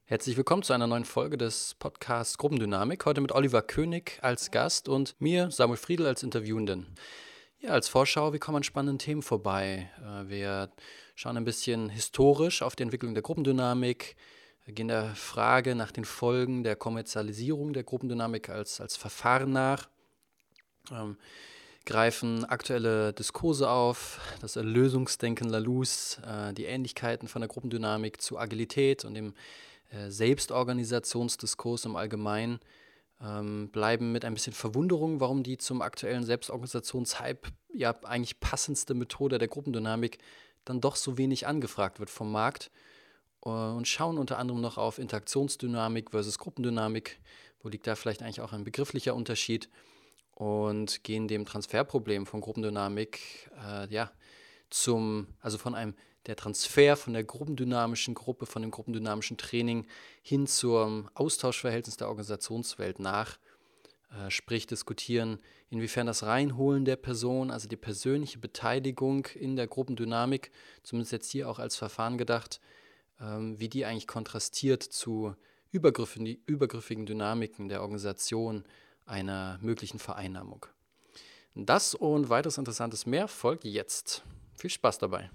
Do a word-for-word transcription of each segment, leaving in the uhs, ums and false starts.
Herzlich willkommen zu einer neuen Folge des Podcasts Gruppendynamik. Heute mit Oliver König als Gast und mir, Samuel Friedl, als Interviewenden. Ja, als Vorschau, wir kommen an spannenden Themen vorbei. Äh, Wir schauen ein bisschen historisch auf die Entwicklung der Gruppendynamik, gehen der Frage nach den Folgen der Kommerzialisierung der Gruppendynamik als, als Verfahren nach, ähm, greifen aktuelle Diskurse auf, das Erlösungsdenken Lalous, äh, die Ähnlichkeiten von der Gruppendynamik zu Agilität und dem äh, Selbstorganisationsdiskurs im Allgemeinen, ähm, bleiben mit ein bisschen Verwunderung, warum die zum aktuellen Selbstorganisationshype ja eigentlich passendste Methode der Gruppendynamik dann doch so wenig angefragt wird vom Markt, äh, und schauen unter anderem noch auf Interaktionsdynamik versus Gruppendynamik. Wo liegt da vielleicht eigentlich auch ein begrifflicher Unterschied? Und gehen dem Transferproblem von Gruppendynamik, äh, ja, zum, also von einem, der Transfer von der gruppendynamischen Gruppe, von dem gruppendynamischen Training hin zum Austauschverhältnis der Organisationswelt nach. Äh, sprich, diskutieren, inwiefern das Reinholen der Person, also die persönliche Beteiligung in der Gruppendynamik, zumindest jetzt hier auch als Verfahren gedacht, ähm, wie die eigentlich kontrastiert zu übergriffigen, übergriffigen Dynamiken der Organisation einer möglichen Vereinnahmung. Das und weiteres Interessantes mehr folgt jetzt. Viel Spaß dabei.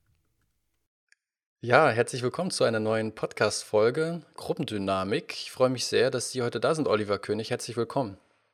Ja, herzlich willkommen zu einer neuen Podcast-Folge Gruppendynamik. Ich freue mich sehr, dass Sie heute da sind, Oliver König. Herzlich willkommen.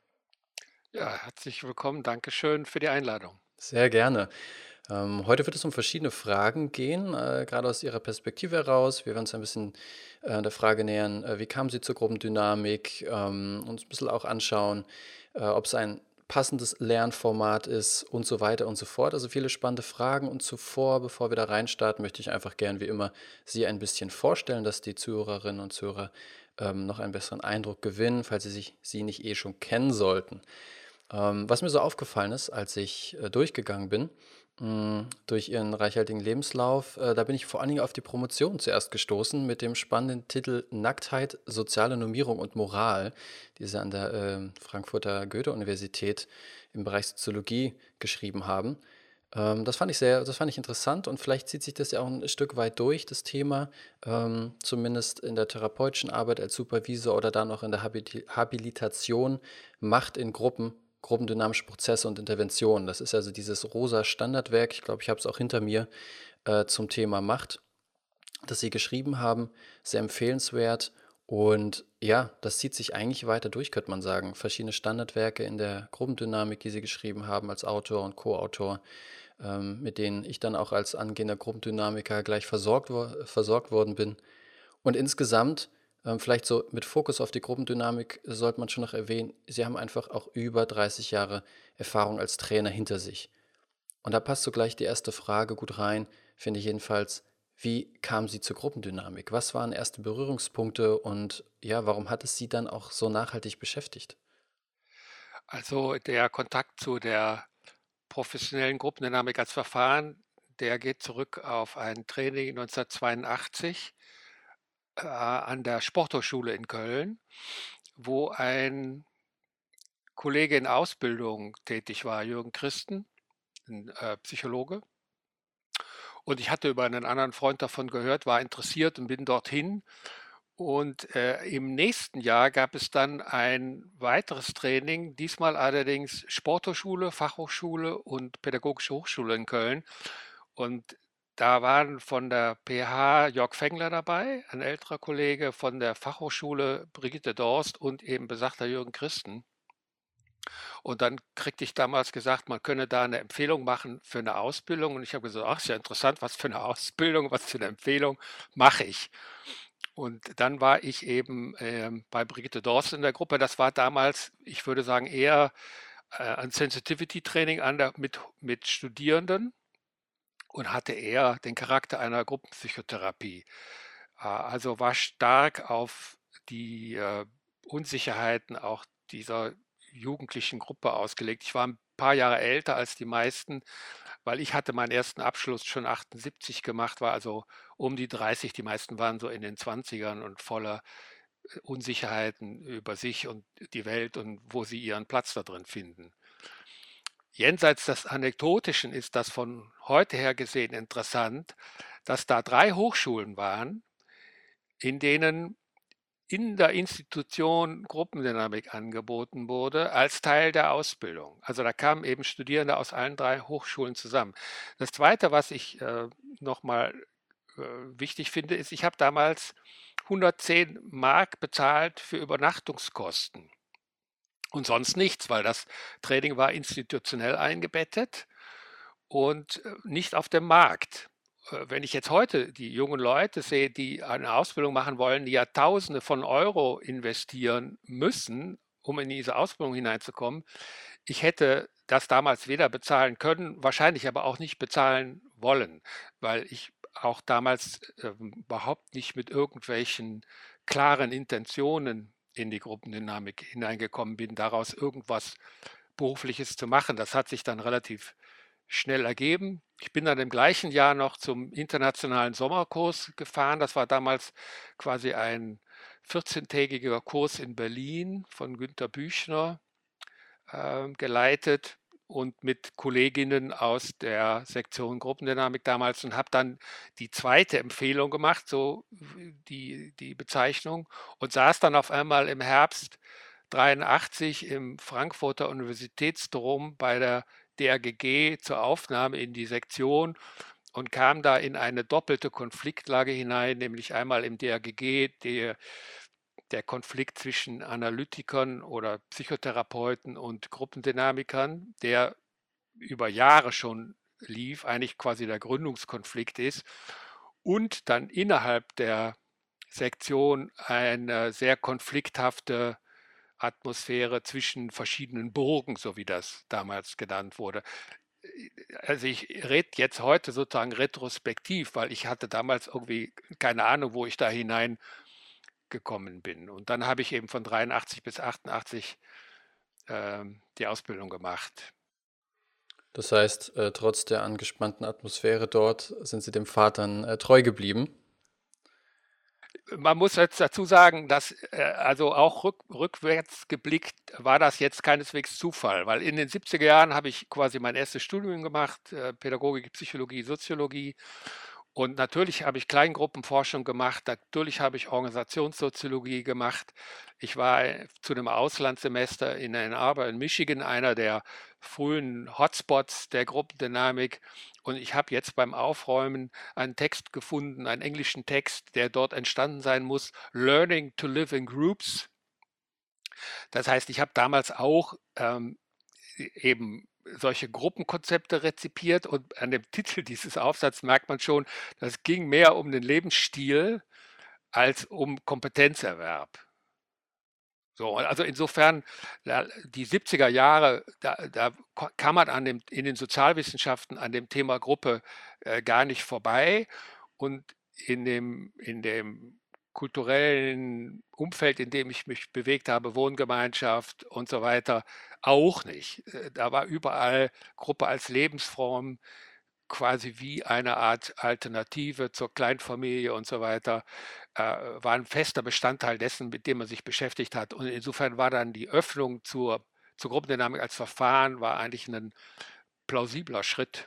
Ja, herzlich willkommen. Dankeschön für die Einladung. Sehr gerne. Ähm, heute wird es um verschiedene Fragen gehen, äh, gerade aus Ihrer Perspektive heraus. Wir werden uns ein bisschen äh, der Frage nähern, äh, wie kamen Sie zur Gruppendynamik, ähm, uns ein bisschen auch anschauen, äh, ob es ein passendes Lernformat ist und so weiter und so fort. Also viele spannende Fragen. Und zuvor, bevor wir da reinstarten, möchte ich einfach gern wie immer Sie ein bisschen vorstellen, dass die Zuhörerinnen und Zuhörer ähm, noch einen besseren Eindruck gewinnen, falls Sie sich Sie nicht eh schon kennen sollten. Ähm, was mir so aufgefallen ist, als ich äh, durchgegangen bin, mh, durch Ihren reichhaltigen Lebenslauf, äh, da bin ich vor allen Dingen auf die Promotion zuerst gestoßen mit dem spannenden Titel Nacktheit, soziale Normierung und Moral, die Sie an der äh, Frankfurter Goethe-Universität im Bereich Soziologie geschrieben haben. Ähm, das fand ich sehr, das fand ich interessant und vielleicht zieht sich das ja auch ein Stück weit durch, das Thema, ähm, zumindest in der therapeutischen Arbeit als Supervisor oder dann auch in der Habiti- Habilitation, Macht in Gruppen, gruppendynamische Prozesse und Interventionen. Das ist also dieses rosa Standardwerk, ich glaube, ich habe es auch hinter mir, äh, zum Thema Macht, das Sie geschrieben haben. Sehr empfehlenswert. Und ja, das zieht sich eigentlich weiter durch, könnte man sagen. Verschiedene Standardwerke in der Gruppendynamik, die Sie geschrieben haben als Autor und Co-Autor, ähm, mit denen ich dann auch als angehender Gruppendynamiker gleich versorgt, wo versorgt worden bin. Und insgesamt, ähm, vielleicht so mit Fokus auf die Gruppendynamik, sollte man schon noch erwähnen, Sie haben einfach auch über dreißig Jahre Erfahrung als Trainer hinter sich. Und da passt so gleich die erste Frage gut rein, finde ich jedenfalls. Wie kamen Sie zur Gruppendynamik? Was waren erste Berührungspunkte und ja, warum hat es Sie dann auch so nachhaltig beschäftigt? Also der Kontakt zu der professionellen Gruppendynamik als Verfahren, der geht zurück auf ein Training neunzehnhundertzweiundachtzig äh, an der Sporthochschule in Köln, wo ein Kollege in Ausbildung tätig war, Jürgen Christen, ein äh, Psychologe. Und ich hatte über einen anderen Freund davon gehört, war interessiert und bin dorthin. Und äh, im nächsten Jahr gab es dann ein weiteres Training, diesmal allerdings Sporthochschule, Fachhochschule und Pädagogische Hochschule in Köln. Und da waren von der P H Jörg Fengler dabei, ein älterer Kollege, von der Fachhochschule Brigitte Dorst und eben besagter Jürgen Christen. Und dann kriegte ich damals gesagt, man könne da eine Empfehlung machen für eine Ausbildung. Und ich habe gesagt, ach, ist ja interessant, was für eine Ausbildung, was für eine Empfehlung mache ich. Und dann war ich eben ähm, bei Brigitte Dorst in der Gruppe. Das war damals, ich würde sagen, eher äh, ein Sensitivity-Training an der, mit, mit Studierenden und hatte eher den Charakter einer Gruppenpsychotherapie. Äh, also war stark auf die äh, Unsicherheiten auch dieser jugendlichen Gruppe ausgelegt. Ich war ein paar Jahre älter als die meisten, weil ich hatte meinen ersten Abschluss schon achtundsiebzig gemacht, war also um die dreißig. Die meisten waren so in den Zwanzigern und voller äh, Unsicherheiten über sich und die Welt und wo sie ihren Platz da drin finden. Jenseits des Anekdotischen ist das von heute her gesehen interessant, dass da drei Hochschulen waren, in denen in der Institution Gruppendynamik angeboten wurde als Teil der Ausbildung. Also da kamen eben Studierende aus allen drei Hochschulen zusammen. Das Zweite, was ich äh, nochmal äh, wichtig finde, ist, ich habe damals hundertzehn Mark bezahlt für Übernachtungskosten und sonst nichts, weil das Training war institutionell eingebettet und äh, nicht auf dem Markt. Äh, Wenn ich jetzt heute die jungen Leute sehe, die eine Ausbildung machen wollen, die ja Tausende von Euro investieren müssen, um in diese Ausbildung hineinzukommen, ich hätte das damals weder bezahlen können, wahrscheinlich aber auch nicht bezahlen wollen, weil ich auch damals ähm, überhaupt nicht mit irgendwelchen klaren Intentionen in die Gruppendynamik hineingekommen bin, daraus irgendwas Berufliches zu machen. Das hat sich dann relativ schnell ergeben. Ich bin dann im gleichen Jahr noch zum internationalen Sommerkurs gefahren. Das war damals quasi ein vierzehntägiger Kurs in Berlin von Günter Büchner äh, geleitet und mit Kolleginnen aus der Sektion Gruppendynamik damals und habe dann die zweite Empfehlung gemacht, so die, die Bezeichnung, und saß dann auf einmal im Herbst dreiundachtzig im Frankfurter Universitätsdom bei der D R G G zur Aufnahme in die Sektion und kam da in eine doppelte Konfliktlage hinein, nämlich einmal im D R G G der, der Konflikt zwischen Analytikern oder Psychotherapeuten und Gruppendynamikern, der über Jahre schon lief, eigentlich quasi der Gründungskonflikt ist, und dann innerhalb der Sektion eine sehr konflikthafte Atmosphäre zwischen verschiedenen Burgen, so wie das damals genannt wurde. Also ich rede jetzt heute sozusagen retrospektiv, weil ich hatte damals irgendwie keine Ahnung, wo ich da hineingekommen bin. Und dann habe ich eben von dreiundachtzig bis achtundachtzig ähm, die Ausbildung gemacht. Das heißt, äh, trotz der angespannten Atmosphäre dort sind Sie dem Vater äh, treu geblieben. Man muss jetzt dazu sagen, dass äh, also auch rück, rückwärts geblickt war das jetzt keineswegs Zufall, weil in den siebziger Jahren habe ich quasi mein erstes Studium gemacht, äh, Pädagogik, Psychologie, Soziologie. Und natürlich habe ich Kleingruppenforschung gemacht, natürlich habe ich Organisationssoziologie gemacht. Ich war äh, zu einem Auslandssemester in Ann Arbor in Michigan, einer der frühen Hotspots der Gruppendynamik. Und ich habe jetzt beim Aufräumen einen Text gefunden, einen englischen Text, der dort entstanden sein muss, Learning to Live in Groups. Das heißt, ich habe damals auch ähm, eben solche Gruppenkonzepte rezipiert, und an dem Titel dieses Aufsatzes merkt man schon, das ging mehr um den Lebensstil als um Kompetenzerwerb. So, also insofern, die siebziger Jahre, da, da kam man an dem, in den Sozialwissenschaften an dem Thema Gruppe äh, gar nicht vorbei, und in dem, in dem kulturellen Umfeld, in dem ich mich bewegt habe, Wohngemeinschaft und so weiter, auch nicht. Äh, Da war überall Gruppe als Lebensform, quasi wie eine Art Alternative zur Kleinfamilie und so weiter, äh, war ein fester Bestandteil dessen, mit dem man sich beschäftigt hat. Und insofern war dann die Öffnung zur, zur Gruppendynamik als Verfahren war eigentlich ein plausibler Schritt.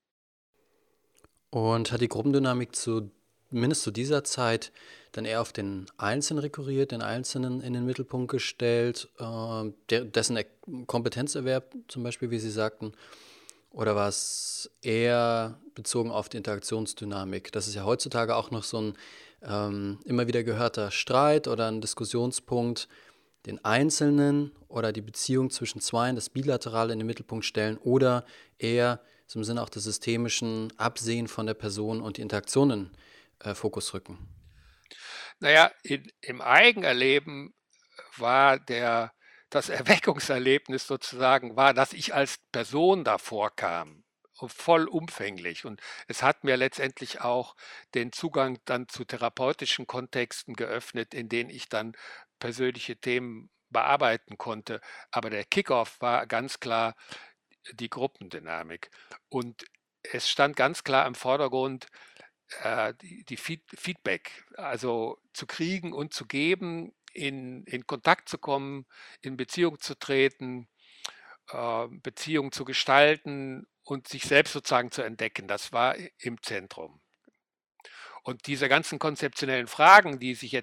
Und hat die Gruppendynamik zu, mindestens zu dieser Zeit dann eher auf den Einzelnen rekurriert, den Einzelnen in den Mittelpunkt gestellt, äh, der, dessen Er- Kompetenzerwerb zum Beispiel, wie Sie sagten, oder war es eher bezogen auf die Interaktionsdynamik? Das ist ja heutzutage auch noch so ein ähm, immer wieder gehörter Streit oder ein Diskussionspunkt, den Einzelnen oder die Beziehung zwischen Zweien, das Bilaterale in den Mittelpunkt stellen oder eher im Sinne auch des systemischen Absehen von der Person und die Interaktionen äh, Fokus rücken. Naja, in, im Eigenerleben war der, das Erweckungserlebnis sozusagen, war, dass ich als Person davor kam, vollumfänglich. Und es hat mir letztendlich auch den Zugang dann zu therapeutischen Kontexten geöffnet, in denen ich dann persönliche Themen bearbeiten konnte. Aber der Kickoff war ganz klar die Gruppendynamik. Und es stand ganz klar im Vordergrund, äh, die, die Feed, Feedback, also zu kriegen und zu geben, in, in Kontakt zu kommen, in Beziehung zu treten, äh, Beziehung zu gestalten und sich selbst sozusagen zu entdecken. Das war im Zentrum. Und diese ganzen konzeptionellen Fragen, die sich jetzt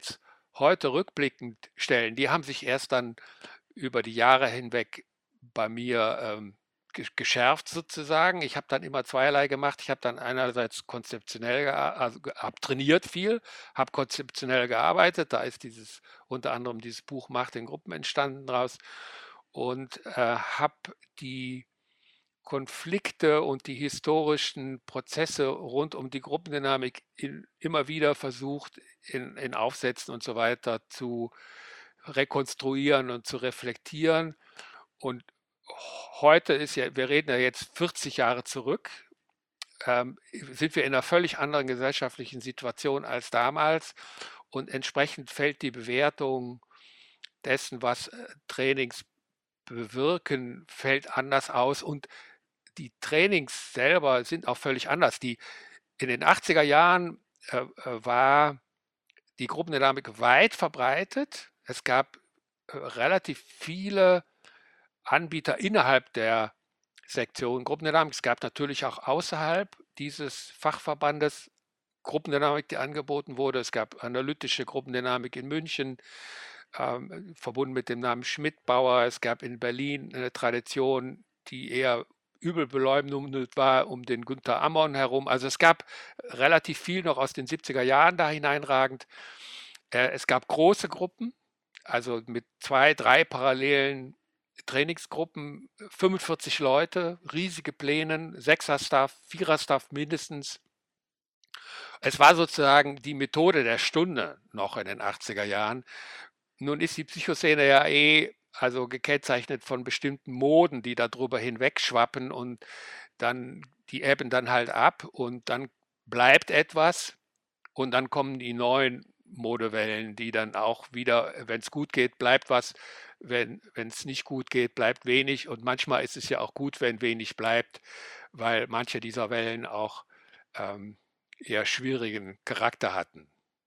heute rückblickend stellen, die haben sich erst dann über die Jahre hinweg bei mir ähm, ge geschärft sozusagen. Ich habe dann immer zweierlei gemacht. Ich habe dann einerseits konzeptionell gea also, ge habe trainiert viel, habe konzeptionell gearbeitet. Da ist dieses unter anderem dieses Buch „Macht in Gruppen" entstanden draus und, äh, habe die Konflikte und die historischen Prozesse rund um die Gruppendynamik in immer wieder versucht, in in Aufsätzen und so weiter zu rekonstruieren und zu reflektieren. Und heute ist ja wir reden ja jetzt vierzig Jahre zurück, ähm, sind wir in einer völlig anderen gesellschaftlichen Situation als damals und entsprechend fällt die Bewertung dessen, was, äh, Trainings bewirken, fällt anders aus und die Trainings selber sind auch völlig anders. Die in den achtziger Jahren, äh, äh, war die Gruppendynamik weit verbreitet. Es gab, äh, relativ viele Anbieter innerhalb der Sektion Gruppendynamik. Es gab natürlich auch außerhalb dieses Fachverbandes Gruppendynamik, die angeboten wurde. Es gab analytische Gruppendynamik in München, ähm, verbunden mit dem Namen Schmidt-Bauer. Es gab in Berlin eine Tradition, die eher übel beleumdet war, um den Günther Ammon herum. Also es gab relativ viel noch aus den siebziger Jahren da hineinragend. Äh, es gab große Gruppen, also mit zwei, drei parallelen Trainingsgruppen, fünfundvierzig Leute, riesige Pläne, Sechser-Staff, Vierer-Staff mindestens. Es war sozusagen die Methode der Stunde noch in den achtziger Jahren. Nun ist die Psychoszene ja eh also gekennzeichnet von bestimmten Moden, die da drüber hinwegschwappen und dann die ebben dann halt ab und dann bleibt etwas und dann kommen die neuen Modewellen, die dann auch wieder, wenn es gut geht, bleibt was, wenn es nicht gut geht, bleibt wenig und manchmal ist es ja auch gut, wenn wenig bleibt, weil manche dieser Wellen auch ähm, eher schwierigen Charakter hatten.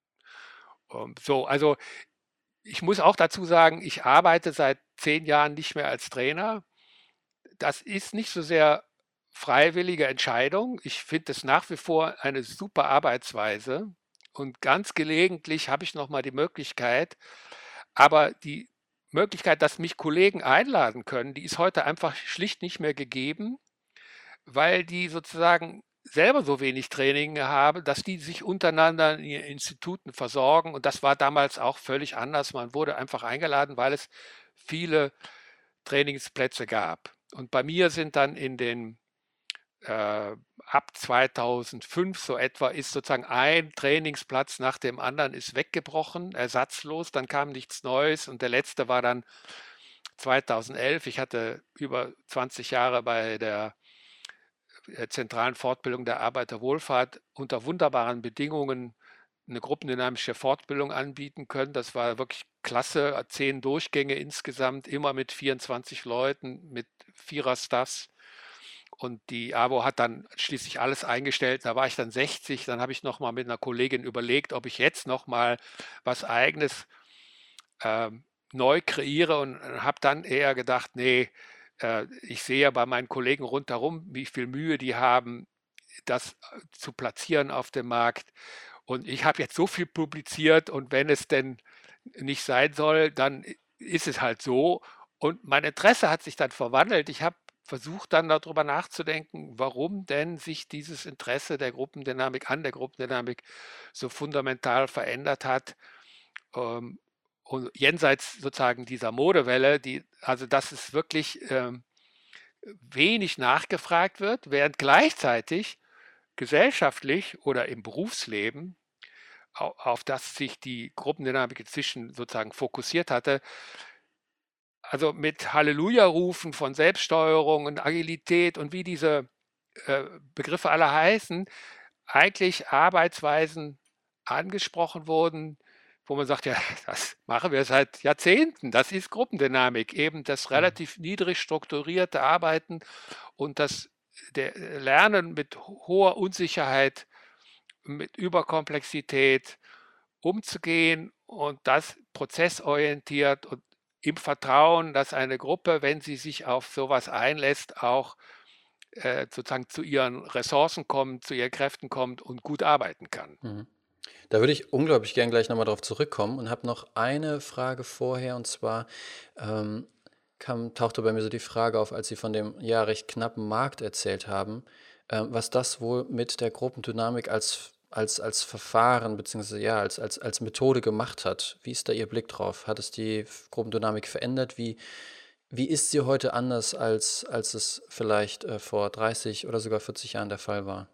Ähm, so, also ich muss auch dazu sagen, ich arbeite seit zehn Jahren nicht mehr als Trainer. Das ist nicht so sehr freiwillige Entscheidung. Ich finde es nach wie vor eine super Arbeitsweise und ganz gelegentlich habe ich noch mal die Möglichkeit, aber die Möglichkeit, dass mich Kollegen einladen können, die ist heute einfach schlicht nicht mehr gegeben, weil die sozusagen selber so wenig Training haben, dass die sich untereinander in ihren Instituten versorgen. Und das war damals auch völlig anders. Man wurde einfach eingeladen, weil es viele Trainingsplätze gab. Und bei mir sind dann in den äh, ab zweitausendfünf so etwa ist sozusagen ein Trainingsplatz nach dem anderen ist weggebrochen, ersatzlos, dann kam nichts Neues und der letzte war dann zweitausendelf. Ich hatte über zwanzig Jahre bei der äh, zentralen Fortbildung der Arbeiterwohlfahrt unter wunderbaren Bedingungen eine gruppendynamische Fortbildung anbieten können. Das war wirklich klasse, zehn Durchgänge insgesamt, immer mit vierundzwanzig Leuten, mit Vierer-Staffs. Und die A W O hat dann schließlich alles eingestellt. Da war ich dann sechzig. Dann habe ich noch mal mit einer Kollegin überlegt, ob ich jetzt noch mal was Eigenes ähm, neu kreiere und habe dann eher gedacht, nee, äh, ich sehe ja bei meinen Kollegen rundherum, wie viel Mühe die haben, das äh, zu platzieren auf dem Markt. Und ich habe jetzt so viel publiziert und wenn es denn nicht sein soll, dann ist es halt so. Und mein Interesse hat sich dann verwandelt. Ich habe versucht dann darüber nachzudenken, warum denn sich dieses Interesse der Gruppendynamik an der Gruppendynamik so fundamental verändert hat. Ähm, und jenseits sozusagen dieser Modewelle, die, also dass es wirklich ähm, wenig nachgefragt wird, während gleichzeitig gesellschaftlich oder im Berufsleben, au- auf das sich die Gruppendynamik inzwischen sozusagen fokussiert hatte, also mit Halleluja-Rufen von Selbststeuerung und Agilität und wie diese äh, Begriffe alle heißen, eigentlich Arbeitsweisen angesprochen wurden, wo man sagt, ja, das machen wir seit Jahrzehnten. Das ist Gruppendynamik, eben das Mhm. relativ niedrig strukturierte Arbeiten und das der Lernen mit hoher Unsicherheit, mit Überkomplexität umzugehen und das prozessorientiert und im Vertrauen, dass eine Gruppe, wenn sie sich auf sowas einlässt, auch äh, sozusagen zu ihren Ressourcen kommt, zu ihren Kräften kommt und gut arbeiten kann. Mhm. Da würde ich unglaublich gern gleich noch mal drauf zurückkommen und habe noch eine Frage vorher und zwar, ähm, kam tauchte bei mir so die Frage auf, als Sie von dem, ja, recht knappen Markt erzählt haben, ähm, was das wohl mit der Gruppendynamik als als als Verfahren beziehungsweise, ja, als als als Methode gemacht hat. Wie ist da Ihr Blick drauf? Hat es die F Gruppendynamik verändert? Wie wie ist sie heute anders, als als es vielleicht, äh, vor dreißig oder sogar vierzig Jahren der Fall war?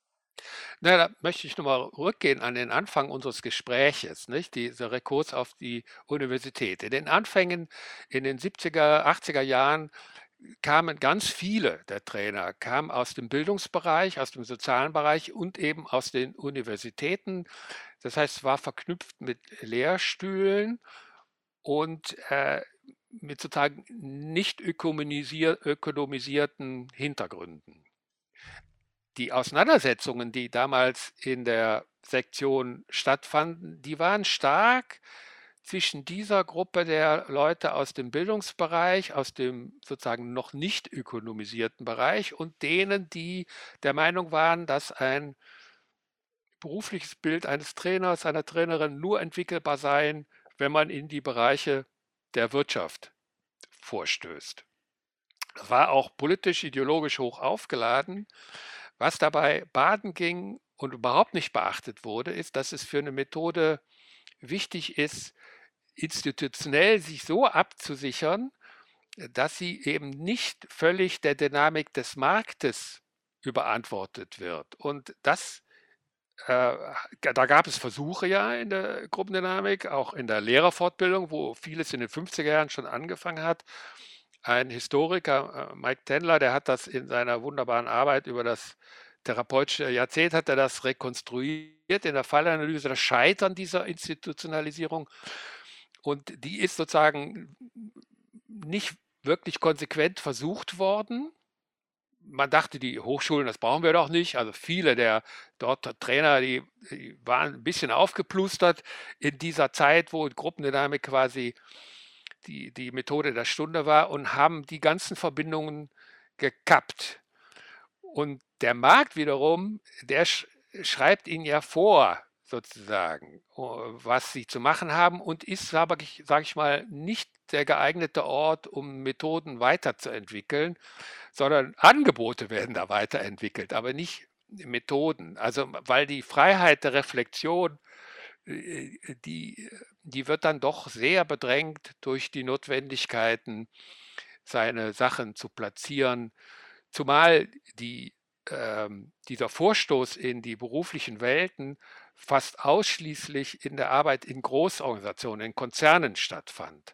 Na, da möchte ich noch mal rückgehen an den Anfang unseres Gespräches, nicht? Dieser Rekurs auf die Universität. In den Anfängen in den siebziger, achtziger Jahren kamen ganz viele der Trainer kamen aus dem Bildungsbereich, aus dem sozialen Bereich und eben aus den Universitäten. Das heißt, es war verknüpft mit Lehrstühlen und, äh, mit sozusagen nicht ökonomisier ökonomisierten Hintergründen. Die Auseinandersetzungen, die damals in der Sektion stattfanden, die waren stark zwischen dieser Gruppe der Leute aus dem Bildungsbereich, aus dem sozusagen noch nicht ökonomisierten Bereich und denen, die der Meinung waren, dass ein berufliches Bild eines Trainers, einer Trainerin nur entwickelbar seien, wenn man in die Bereiche der Wirtschaft vorstößt. Das war auch politisch, ideologisch hoch aufgeladen. Was dabei baden ging und überhaupt nicht beachtet wurde, ist, dass es für eine Methode wichtig ist, institutionell sich so abzusichern, dass sie eben nicht völlig der Dynamik des Marktes überantwortet wird. Und das, äh, da gab es Versuche ja in der Gruppendynamik, auch in der Lehrerfortbildung, wo vieles in den fünfziger Jahren schon angefangen hat. Ein Historiker, äh, Mike Tendler, der hat das in seiner wunderbaren Arbeit über das therapeutische Jahrzehnt, hat er das rekonstruiert in der Fallanalyse, das Scheitern dieser Institutionalisierung. Und die ist sozusagen nicht wirklich konsequent versucht worden. Man dachte, die Hochschulen, das brauchen wir doch nicht. Also viele der dort Trainer, die, die waren ein bisschen aufgeplustert in dieser Zeit, wo Gruppendynamik quasi die, die Methode der Stunde war und haben die ganzen Verbindungen gekappt. Und der Markt wiederum, der sch schreibt ihnen ja vor, sozusagen, o was sie zu machen haben und ist, sage ich sage ich mal, nicht der geeignete Ort, um Methoden weiterzuentwickeln, sondern Angebote werden da weiterentwickelt, aber nicht Methoden. Also, weil die Freiheit der Reflexion, äh, die die wird dann doch sehr bedrängt durch die Notwendigkeiten, seine Sachen zu platzieren, zumal die ähm, dieser Vorstoß in die beruflichen Welten fast ausschließlich in der Arbeit in Großorganisationen, in Konzernen stattfand.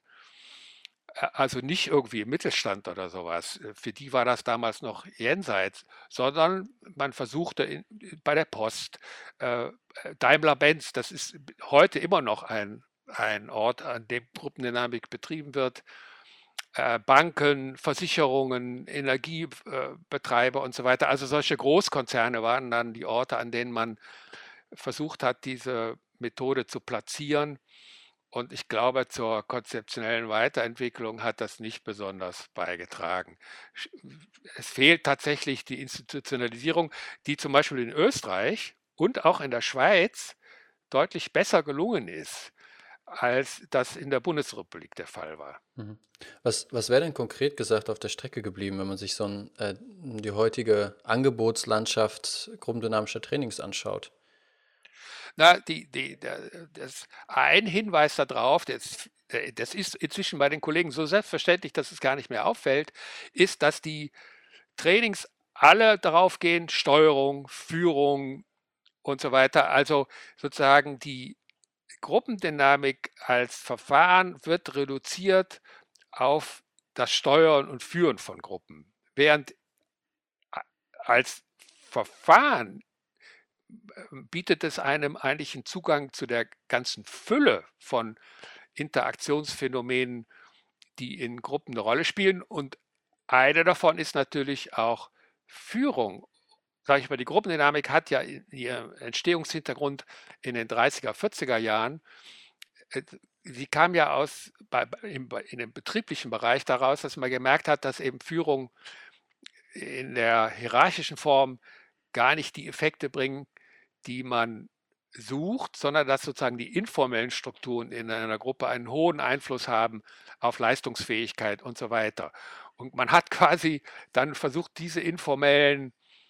Äh, also nicht irgendwie im Mittelstand oder sowas. Äh, für die war das damals noch jenseits, sondern man versuchte in bei der Post, äh, äh, Daimler-Benz, das ist heute immer noch ein ein Ort, an dem Gruppendynamik betrieben wird, äh, Banken, Versicherungen, Energiebetreiber und so weiter. Also solche Großkonzerne waren dann die Orte, an denen man versucht hat, diese Methode zu platzieren. Und ich glaube, zur konzeptionellen Weiterentwicklung hat das nicht besonders beigetragen. Es fehlt tatsächlich die Institutionalisierung, die zum Beispiel in Österreich und auch in der Schweiz deutlich besser gelungen ist, als das in der Bundesrepublik der Fall war. Mhm. Was was wäre denn konkret gesagt auf der Strecke geblieben, wenn man sich so 'n äh, die heutige Angebotslandschaft gruppendynamischer Trainings anschaut? Na, die die der das ein Hinweis da drauf, das äh, das ist inzwischen bei den Kollegen so selbstverständlich, dass es gar nicht mehr auffällt, ist, dass die Trainings alle darauf gehen, Steuerung, Führung und so weiter. Also sozusagen die Gruppendynamik als Verfahren wird reduziert auf das Steuern und Führen von Gruppen, während a als Verfahren bietet es einem eigentlich einen Zugang zu der ganzen Fülle von Interaktionsphänomenen, die in Gruppen eine Rolle spielen. Und eine davon ist natürlich auch Führung. Sage ich mal, die Gruppendynamik hat ja i ihren Entstehungshintergrund in den dreißiger, vierziger Jahren. Äh, sie kam ja aus bei bei im in dem betrieblichen Bereich daraus, dass man gemerkt hat, dass eben Führung in der hierarchischen Form gar nicht die Effekte bringen, die man sucht, sondern dass sozusagen die informellen Strukturen in einer Gruppe einen hohen Einfluss haben auf Leistungsfähigkeit und so weiter. Und man hat quasi dann versucht, diese informellen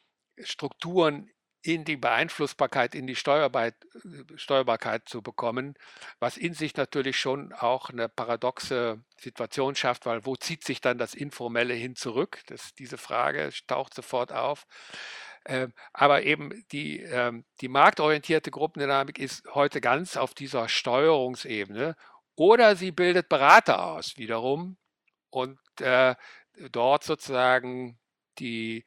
Strukturen in die Beeinflussbarkeit, in die Steuerbarkeit, Steuerbarkeit zu bekommen, was in sich natürlich schon auch eine paradoxe Situation schafft, weil wo zieht sich dann das Informelle hin zurück? Das, diese Frage taucht sofort auf. Ähm, aber eben die, ähm, die marktorientierte Gruppendynamik ist heute ganz auf dieser Steuerungsebene oder sie bildet Berater aus wiederum und äh, dort sozusagen die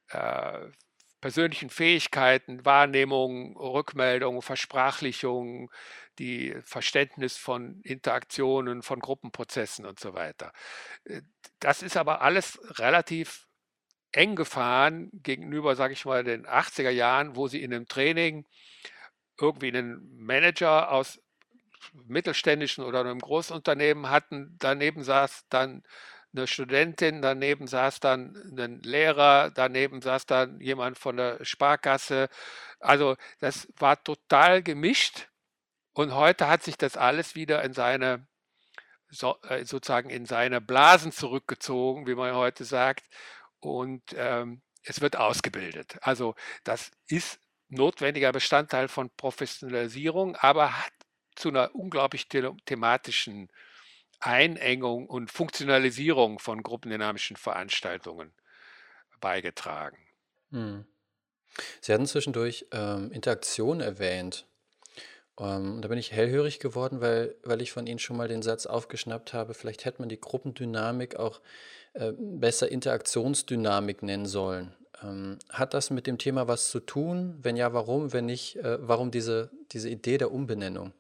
äh, persönlichen Fähigkeiten, Wahrnehmung, Rückmeldung, Versprachlichung, die Verständnis von Interaktionen, von Gruppenprozessen und so weiter. Äh, Das ist aber alles relativ eng gefahren gegenüber, sage ich mal, den achtziger Jahren, wo sie in einem Training irgendwie einen Manager aus mittelständischen oder einem Großunternehmen hatten. Daneben saß dann eine Studentin, daneben saß dann ein Lehrer, daneben saß dann jemand von der Sparkasse. Also das war total gemischt und heute hat sich das alles wieder in seine so, äh, sozusagen in seine Blasen zurückgezogen, wie man heute sagt, und ähm, es wird ausgebildet. Also das ist notwendiger Bestandteil von Professionalisierung, aber hat zu einer unglaublich the thematischen Einengung und Funktionalisierung von gruppendynamischen Veranstaltungen beigetragen. Mhm. Sie hatten zwischendurch, ähm, Interaktion erwähnt. Ähm, und da bin ich hellhörig geworden, weil weil ich von Ihnen schon mal den Satz aufgeschnappt habe, vielleicht hätte man die Gruppendynamik auch, äh, besser Interaktionsdynamik nennen sollen. Ähm, hat das mit dem Thema was zu tun? Wenn ja, warum? Wenn nicht, äh, warum diese diese Idee der Umbenennung?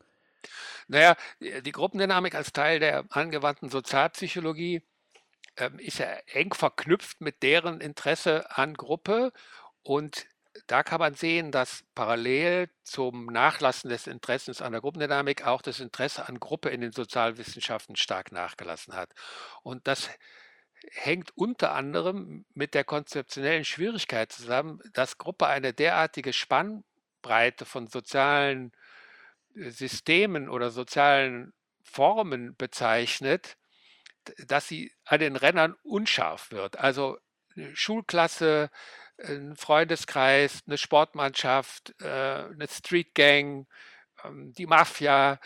Naja, die die Gruppendynamik als Teil der angewandten Sozialpsychologie ähm, ist ja eng verknüpft mit deren Interesse an Gruppe. Und da kann man sehen, dass parallel zum Nachlassen des Interessens an der Gruppendynamik auch das Interesse an Gruppe in den Sozialwissenschaften stark nachgelassen hat. Und das hängt unter anderem mit der konzeptionellen Schwierigkeit zusammen, dass Gruppe eine derartige Spannbreite von sozialen äh, Systemen oder sozialen Formen bezeichnet, dass sie an den Rändern unscharf wird. Also eine Schulklasse, ein Freundeskreis, eine Sportmannschaft, äh, eine Streetgang, ähm, die Mafia,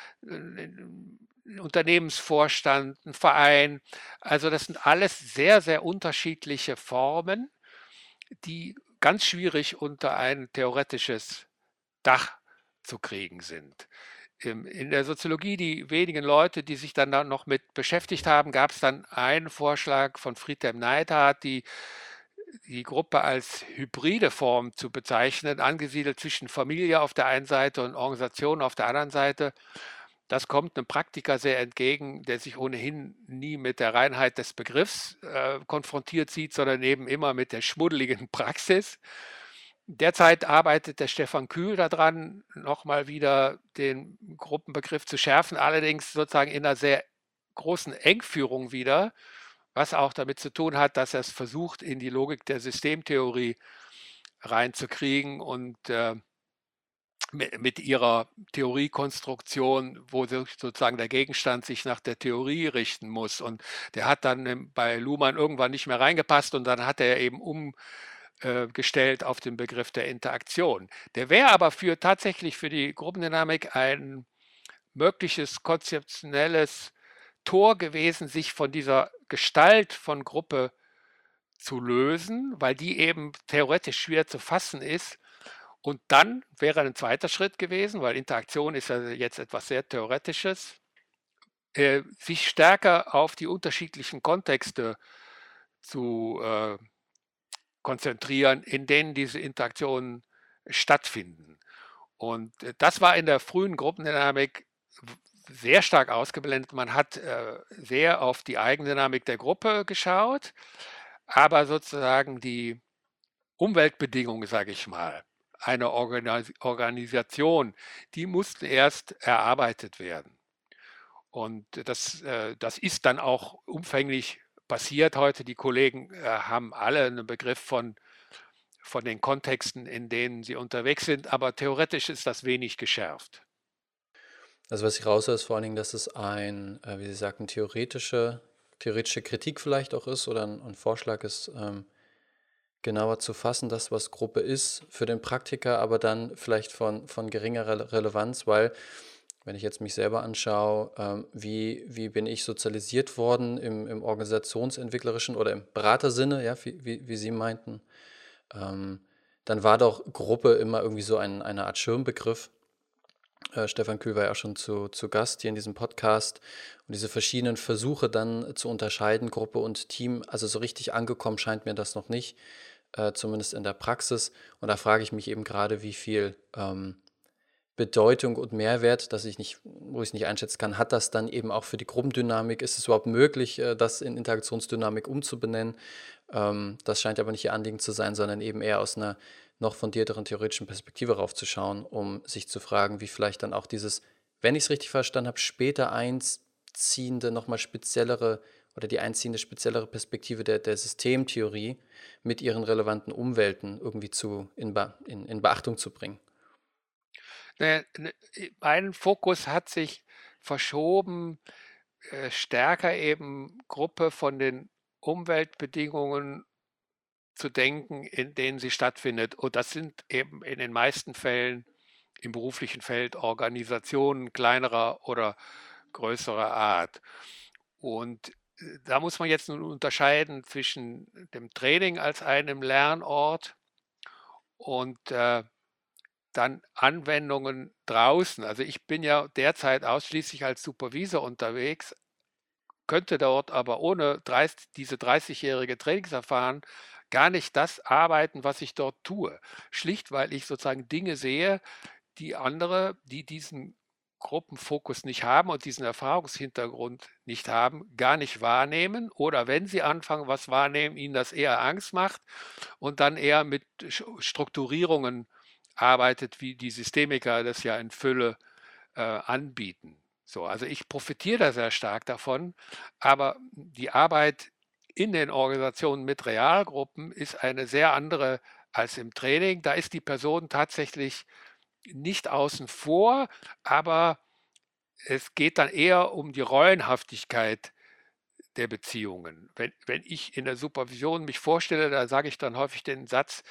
ein Unternehmensvorstand, ein Verein. Also das sind alles sehr, sehr unterschiedliche Formen, die ganz schwierig unter ein theoretisches Dach zu kriegen sind. Ähm, In der Soziologie, die wenigen Leute, die sich dann da noch mit beschäftigt haben, gab es dann einen Vorschlag von Friedhelm Neidhardt, die, die Gruppe als hybride Form zu bezeichnen, angesiedelt zwischen Familie auf der einen Seite und Organisation auf der anderen Seite. Das kommt einem Praktiker sehr entgegen, der sich ohnehin nie mit der Reinheit des Begriffs äh, konfrontiert sieht, sondern eben immer mit der schmuddeligen Praxis. Derzeit arbeitet der Stefan Kühl daran, nochmal wieder den Gruppenbegriff zu schärfen, allerdings sozusagen in einer sehr großen Engführung wieder, was auch damit zu tun hat, dass er es versucht, in die Logik der Systemtheorie reinzukriegen und äh, mit, mit ihrer Theoriekonstruktion, wo sozusagen der Gegenstand sich nach der Theorie richten muss. Und der hat dann bei Luhmann irgendwann nicht mehr reingepasst und dann hat er eben um äh, gestellt auf den Begriff der Interaktion. Der wäre aber für tatsächlich für die Gruppendynamik ein mögliches konzeptionelles Tor gewesen, sich von dieser Gestalt von Gruppe zu lösen, weil die eben theoretisch schwer zu fassen ist. Und dann wäre ein zweiter Schritt gewesen, weil Interaktion ist ja jetzt etwas sehr Theoretisches, äh, sich stärker auf die unterschiedlichen Kontexte zu äh, konzentrieren, in denen diese Interaktionen stattfinden. Und äh, das war in der frühen Gruppendynamik sehr stark ausgeblendet. Man hat äh, sehr auf die Eigendynamik der Gruppe geschaut, aber sozusagen die Umweltbedingungen, sage ich mal, einer Organis Organisation, die mussten erst erarbeitet werden. Und das, äh, das ist dann auch umfänglich passiert heute. Die Kollegen äh, haben alle einen Begriff von von den Kontexten, in denen sie unterwegs sind, aber theoretisch ist das wenig geschärft. Also, was ich raushöre, ist vor allen Dingen, dass es ein, äh, wie Sie sagten, theoretische theoretische Kritik vielleicht auch ist oder ein 'n Vorschlag ist, ähm, genauer zu fassen, das, was Gruppe ist für den Praktiker, aber dann vielleicht von von geringer Rele Relevanz, weil wenn ich jetzt mich selber anschaue, ähm, wie wie bin ich sozialisiert worden im im organisationsentwicklerischen oder im Beratersinne, ja, wie wie wie Sie meinten, ähm, dann war doch Gruppe immer irgendwie so ein eine Art Schirmbegriff. Äh, Stefan Kühl war ja auch schon zu zu Gast hier in diesem Podcast und diese verschiedenen Versuche dann zu unterscheiden, Gruppe und Team, also so richtig angekommen scheint mir das noch nicht, äh, zumindest in der Praxis. Und da frage ich mich eben gerade, wie viel, ähm, Bedeutung und Mehrwert, dass ich nicht wo ich's nicht einschätzen kann, hat das dann eben auch für die Gruppendynamik? Ist es überhaupt möglich, äh, das in Interaktionsdynamik umzubenennen? Ähm, das scheint aber nicht Ihr Anliegen zu sein, sondern eben eher aus einer noch fundierteren theoretischen Perspektive raufzuschauen, um sich zu fragen, wie vielleicht dann auch dieses, wenn ich es richtig verstanden habe, später einziehende, noch mal speziellere oder die einziehende speziellere Perspektive der der Systemtheorie mit ihren relevanten Umwelten irgendwie zu in Be in in Beachtung zu bringen. Ne, ne, äh, mein Fokus hat sich verschoben, äh, stärker eben Gruppe von den Umweltbedingungen zu denken, in denen sie stattfindet. Und das sind eben in den meisten Fällen im beruflichen Feld Organisationen kleinerer oder größerer Art. Und, äh, da muss man jetzt nun unterscheiden zwischen dem Training als einem Lernort und, äh, dann Anwendungen draußen. Also, ich bin ja derzeit ausschließlich als Supervisor unterwegs, könnte dort aber ohne dreiß diese dreißigjährige Trainingserfahrung gar nicht das arbeiten, was ich dort tue. Schlicht, weil ich sozusagen Dinge sehe, die andere, die diesen Gruppenfokus nicht haben und diesen Erfahrungshintergrund nicht haben, gar nicht wahrnehmen oder wenn sie anfangen, was wahrnehmen, ihnen das eher Angst macht und dann eher mit Sch Strukturierungen arbeitet, wie die Systemiker das ja in Fülle, äh, anbieten. So, also ich profitiere da sehr stark davon, aber die Arbeit in den Organisationen mit Realgruppen ist eine sehr andere als im Training. Da ist die Person tatsächlich nicht außen vor, aber es geht dann eher um die Rollenhaftigkeit der Beziehungen. Wenn wenn ich in der Supervision mich vorstelle, da sage ich dann häufig den Satz: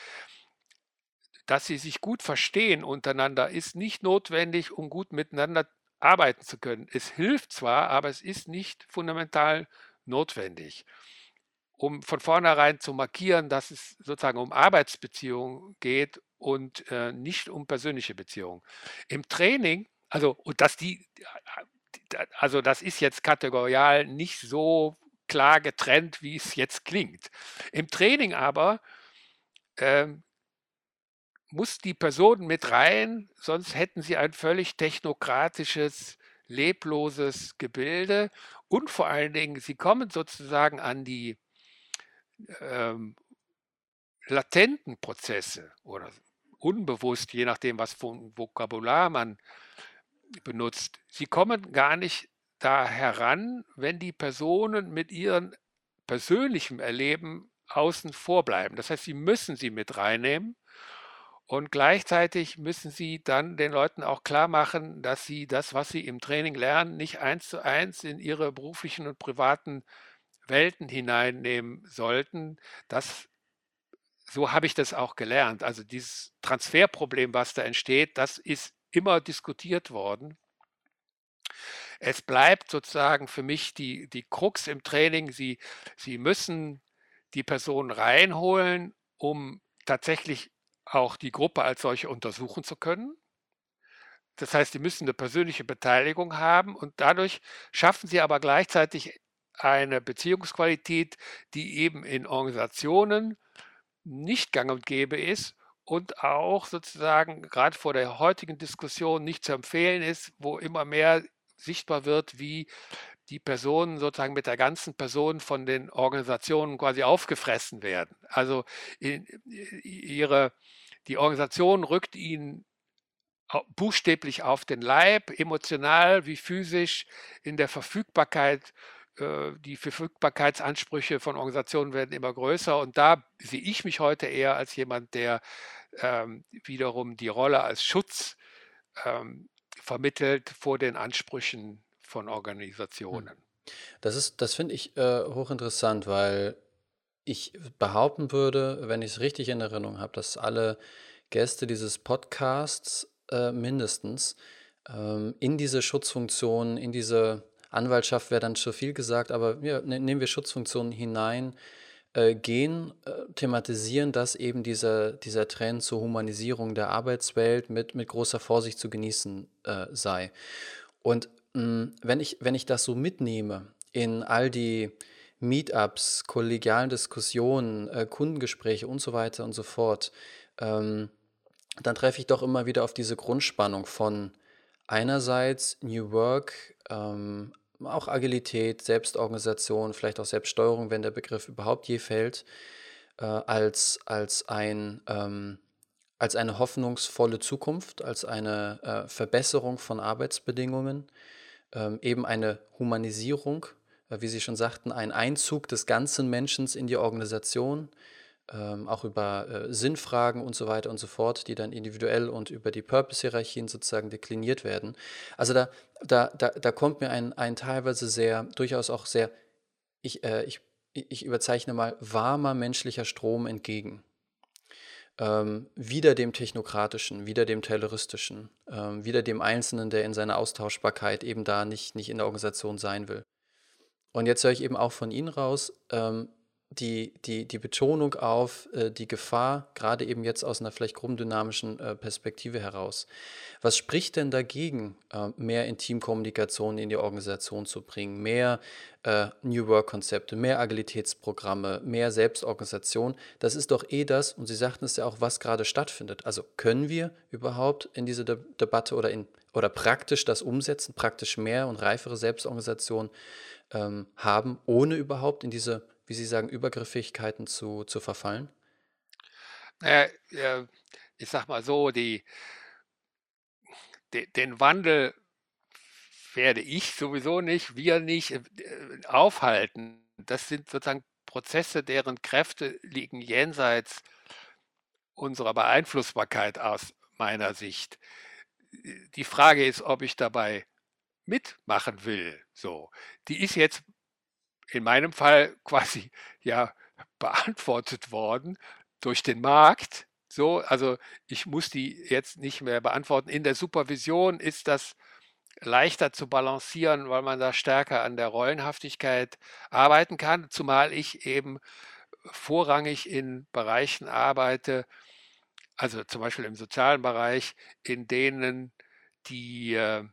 „Dass sie sich gut verstehen untereinander, ist nicht notwendig, um gut miteinander arbeiten zu können. Es hilft zwar, aber es ist nicht fundamental notwendig." Um von vornherein zu markieren, dass es sozusagen um Arbeitsbeziehungen geht und, äh, nicht um persönliche Beziehungen. Im Training also und dass die also das ist jetzt kategorial nicht so klar getrennt, wie es jetzt klingt. Im Training aber, ähm, muss die Person mit rein, sonst hätten sie ein völlig technokratisches, lebloses Gebilde und vor allen Dingen, sie kommen sozusagen an die, ähm, latenten Prozesse oder unbewusst, je nachdem, was für 'n Vokabular man benutzt. Sie kommen gar nicht da heran, wenn die Personen mit ihrem persönlichen Erleben außen vor bleiben. Das heißt, sie müssen sie mit reinnehmen und gleichzeitig müssen sie dann den Leuten auch klarmachen, dass sie das, was sie im Training lernen, nicht eins zu eins in ihre beruflichen und privaten Welten hineinnehmen sollten. Das so habe ich das auch gelernt. Also, dieses Transferproblem, was da entsteht, das ist immer diskutiert worden. Es bleibt sozusagen für mich die die Krux im Training. Sie Sie müssen die Person reinholen, um tatsächlich auch die Gruppe als solche untersuchen zu können. Das heißt, Sie müssen eine persönliche Beteiligung haben und dadurch schaffen Sie aber gleichzeitig eine Beziehungsqualität, die eben in Organisationen nicht gang und gäbe ist und auch sozusagen gerade vor der heutigen Diskussion nicht zu empfehlen ist, wo immer mehr sichtbar wird, wie die Personen sozusagen mit der ganzen Person von den Organisationen quasi aufgefressen werden. Also, in ihre die Organisation rückt ihnen au buchstäblich auf den Leib, emotional wie physisch, in der Verfügbarkeit äh, die Verfügbarkeitsansprüche von Organisationen werden immer größer und da sehe ich mich heute eher als jemand, der ähm, wiederum die Rolle als Schutz ähm, vermittelt vor den Ansprüchen von Hm. Organisationen. Das ist das finde ich, äh, hochinteressant, weil ich behaupten würde, wenn ich es richtig in Erinnerung habe, dass alle Gäste dieses Podcasts, äh, mindestens, ähm, in diese Schutzfunktion, in diese Anwaltschaft wäre dann zu viel gesagt, aber ja, ne nehmen wir Schutzfunktionen hinein, äh, gehen, äh, thematisieren, dass eben dieser dieser Trend zur Humanisierung der Arbeitswelt mit mit großer Vorsicht zu genießen, äh, sei. Und, hm, wenn ich wenn ich das so mitnehme in all die Meetups, kollegialen Diskussionen, äh, Kundengespräche und so weiter und so fort, ähm, dann treffe ich doch immer wieder auf diese Grundspannung von einerseits New Work, ähm, auch Agilität, Selbstorganisation, vielleicht auch Selbststeuerung, wenn der Begriff überhaupt je fällt, äh, als als ein, ähm als eine hoffnungsvolle Zukunft, als eine, äh, Verbesserung von Arbeitsbedingungen, ähm, eben eine Humanisierung, äh, wie Sie schon sagten, ein Einzug des ganzen Menschen in die Organisation, ähm, auch über, äh, Sinnfragen und so weiter und so fort, die dann individuell und über die Purpose-Hierarchien sozusagen dekliniert werden. Also, da da da da kommt mir ein ein teilweise sehr durchaus auch sehr ich, äh ich ich überzeichne mal, warmer menschlicher Strom entgegen. Ähm, wieder dem Technokratischen, wieder dem Tayloristischen, ähm, wieder dem Einzelnen, der in seiner Austauschbarkeit eben da nicht nicht in der Organisation sein will. Und jetzt höre ich eben auch von Ihnen raus, ähm, die die die Betonung auf, äh, die Gefahr, gerade eben jetzt aus einer vielleicht gruppendynamischen, äh, Perspektive heraus. Was spricht denn dagegen, äh, mehr Intimkommunikation in die Organisation zu bringen, mehr, äh, New Work-Konzepte, mehr Agilitätsprogramme, mehr Selbstorganisation? Das ist doch eh das und Sie sagten es ja auch, was gerade stattfindet. Also, können wir überhaupt in diese De Debatte oder in oder praktisch das umsetzen, praktisch mehr und reifere Selbstorganisation ähm, haben, ohne überhaupt in diese, wie Sie sagen, Übergriffigkeiten zu zu verfallen? Na ja, äh, ich sage mal so, die de den Wandel werde ich sowieso nicht, wir nicht, äh, äh, aufhalten. Das sind sozusagen Prozesse, deren Kräfte liegen jenseits unserer Beeinflussbarkeit aus meiner Sicht. Äh, die Frage ist, ob ich dabei mitmachen will, so. Die ist jetzt in meinem Fall quasi, ja, beantwortet worden durch den Markt, so. Also, ich muss die jetzt nicht mehr beantworten. In der Supervision ist das leichter zu balancieren, weil man da stärker an der Rollenhaftigkeit arbeiten kann, zumal ich eben vorrangig in Bereichen arbeite, also zum Beispiel im sozialen Bereich, in denen die, äh,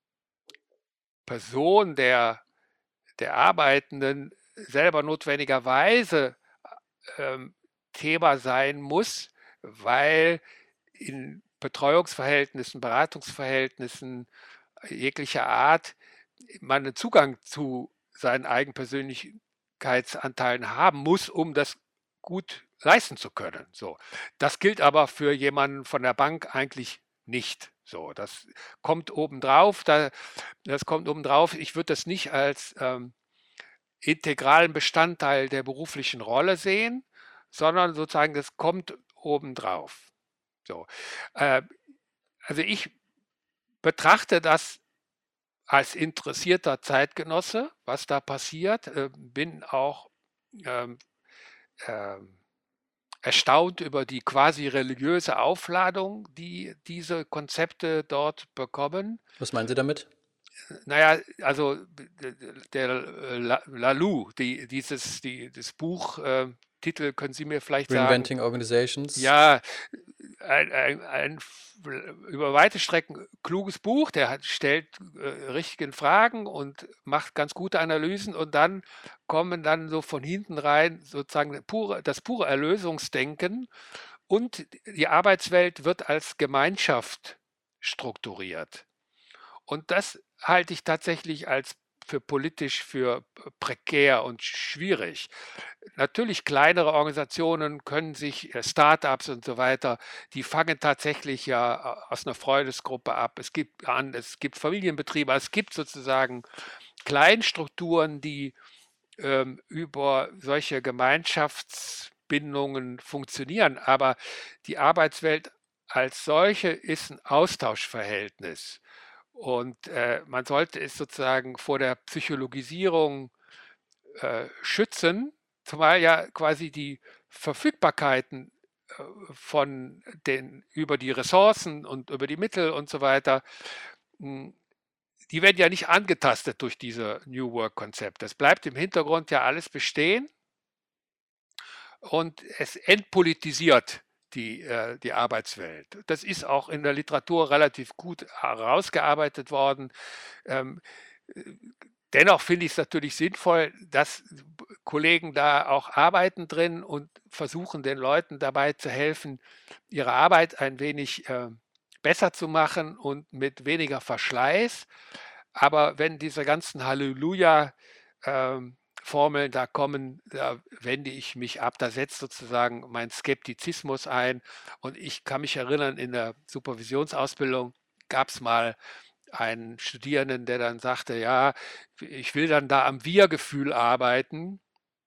Person der der Arbeitenden selber notwendigerweise, ähm, Thema sein muss, weil in Betreuungsverhältnissen, Beratungsverhältnissen jeglicher Art man 'nen Zugang zu seinen Eigenpersönlichkeitsanteilen haben muss, um das gut leisten zu können, so. Das gilt aber für jemanden von der Bank eigentlich nicht, so. Das kommt obendrauf, da das kommt obendrauf. Ich würde das nicht als, ähm, integralen Bestandteil der beruflichen Rolle sehen, sondern sozusagen das kommt obendrauf, so. Äh, also, ich betrachte das als interessierter Zeitgenosse, was da passiert, äh, bin auch, ähm, ähm, erstaunt über die quasi religiöse Aufladung, die diese Konzepte dort bekommen. Was meinen Sie damit? Na ja, also d d der äh, La Lalou, die dieses die das Buch, äh, Titel können Sie mir vielleicht sagen? Reinventing Organizations. Ja, ein ein ein f über weite Strecken kluges Buch. Der hat stellt, äh, richtigen Fragen und macht ganz gute Analysen und dann kommen dann so von hinten rein sozusagen pure das pure Erlösungsdenken und die Arbeitswelt wird als Gemeinschaft strukturiert. Und das halte ich tatsächlich als für politisch für p prekär und schwierig. Natürlich kleinere Organisationen können sich äh, Start-ups und so weiter, die fangen tatsächlich ja a aus 'ner Freundesgruppe ab. Es gibt an es gibt Familienbetriebe, es gibt sozusagen Kleinstrukturen, die ähm, über solche Gemeinschaftsbindungen funktionieren. Aber die Arbeitswelt als solche ist ein Austauschverhältnis. Und äh, man sollte es sozusagen vor der Psychologisierung äh, schützen, zumal ja quasi die Verfügbarkeiten äh, von den über die Ressourcen und über die Mittel und so weiter, mh, die werden ja nicht angetastet durch diese New Work-Konzepte. Es bleibt im Hintergrund ja alles bestehen und es entpolitisiert die, äh, die Arbeitswelt. Das ist auch in der Literatur relativ gut herausgearbeitet worden. Ähm, Dennoch finde ich es natürlich sinnvoll, dass Kollegen da auch arbeiten drin und versuchen, den Leuten dabei zu helfen, ihre Arbeit ein wenig äh, besser zu machen und mit weniger Verschleiß. Aber wenn diese ganzen Halleluja ähm, Formeln da kommen, da wende ich mich ab. Da setzt sozusagen mein Skeptizismus ein. Und ich kann mich erinnern, in der Supervisionsausbildung gab es mal einen Studierenden, der dann sagte, ja, ich will dann da am Wir-Gefühl arbeiten.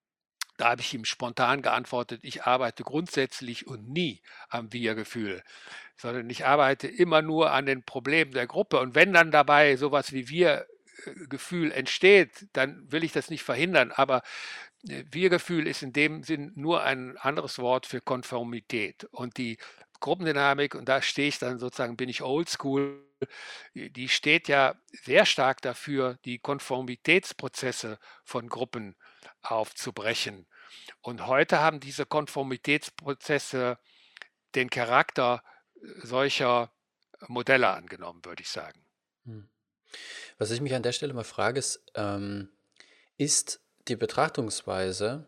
Da habe ich ihm spontan geantwortet, ich arbeite grundsätzlich und nie am Wir-Gefühl, sondern ich arbeite immer nur an den Problemen der Gruppe. Und wenn dann dabei sowas wie Wir-Gefühl entsteht, dann will ich das nicht verhindern. Aber äh, Wir-Gefühl ist in dem Sinn nur ein anderes Wort für Konformität. Und die Gruppendynamik, und da stehe ich dann sozusagen, bin ich oldschool, die steht ja sehr stark dafür, die Konformitätsprozesse von Gruppen aufzubrechen. Und heute haben diese Konformitätsprozesse den Charakter solcher Modelle angenommen, würde ich sagen. Hm. Was ich mich an der Stelle mal frage, ist, ähm, ist die Betrachtungsweise,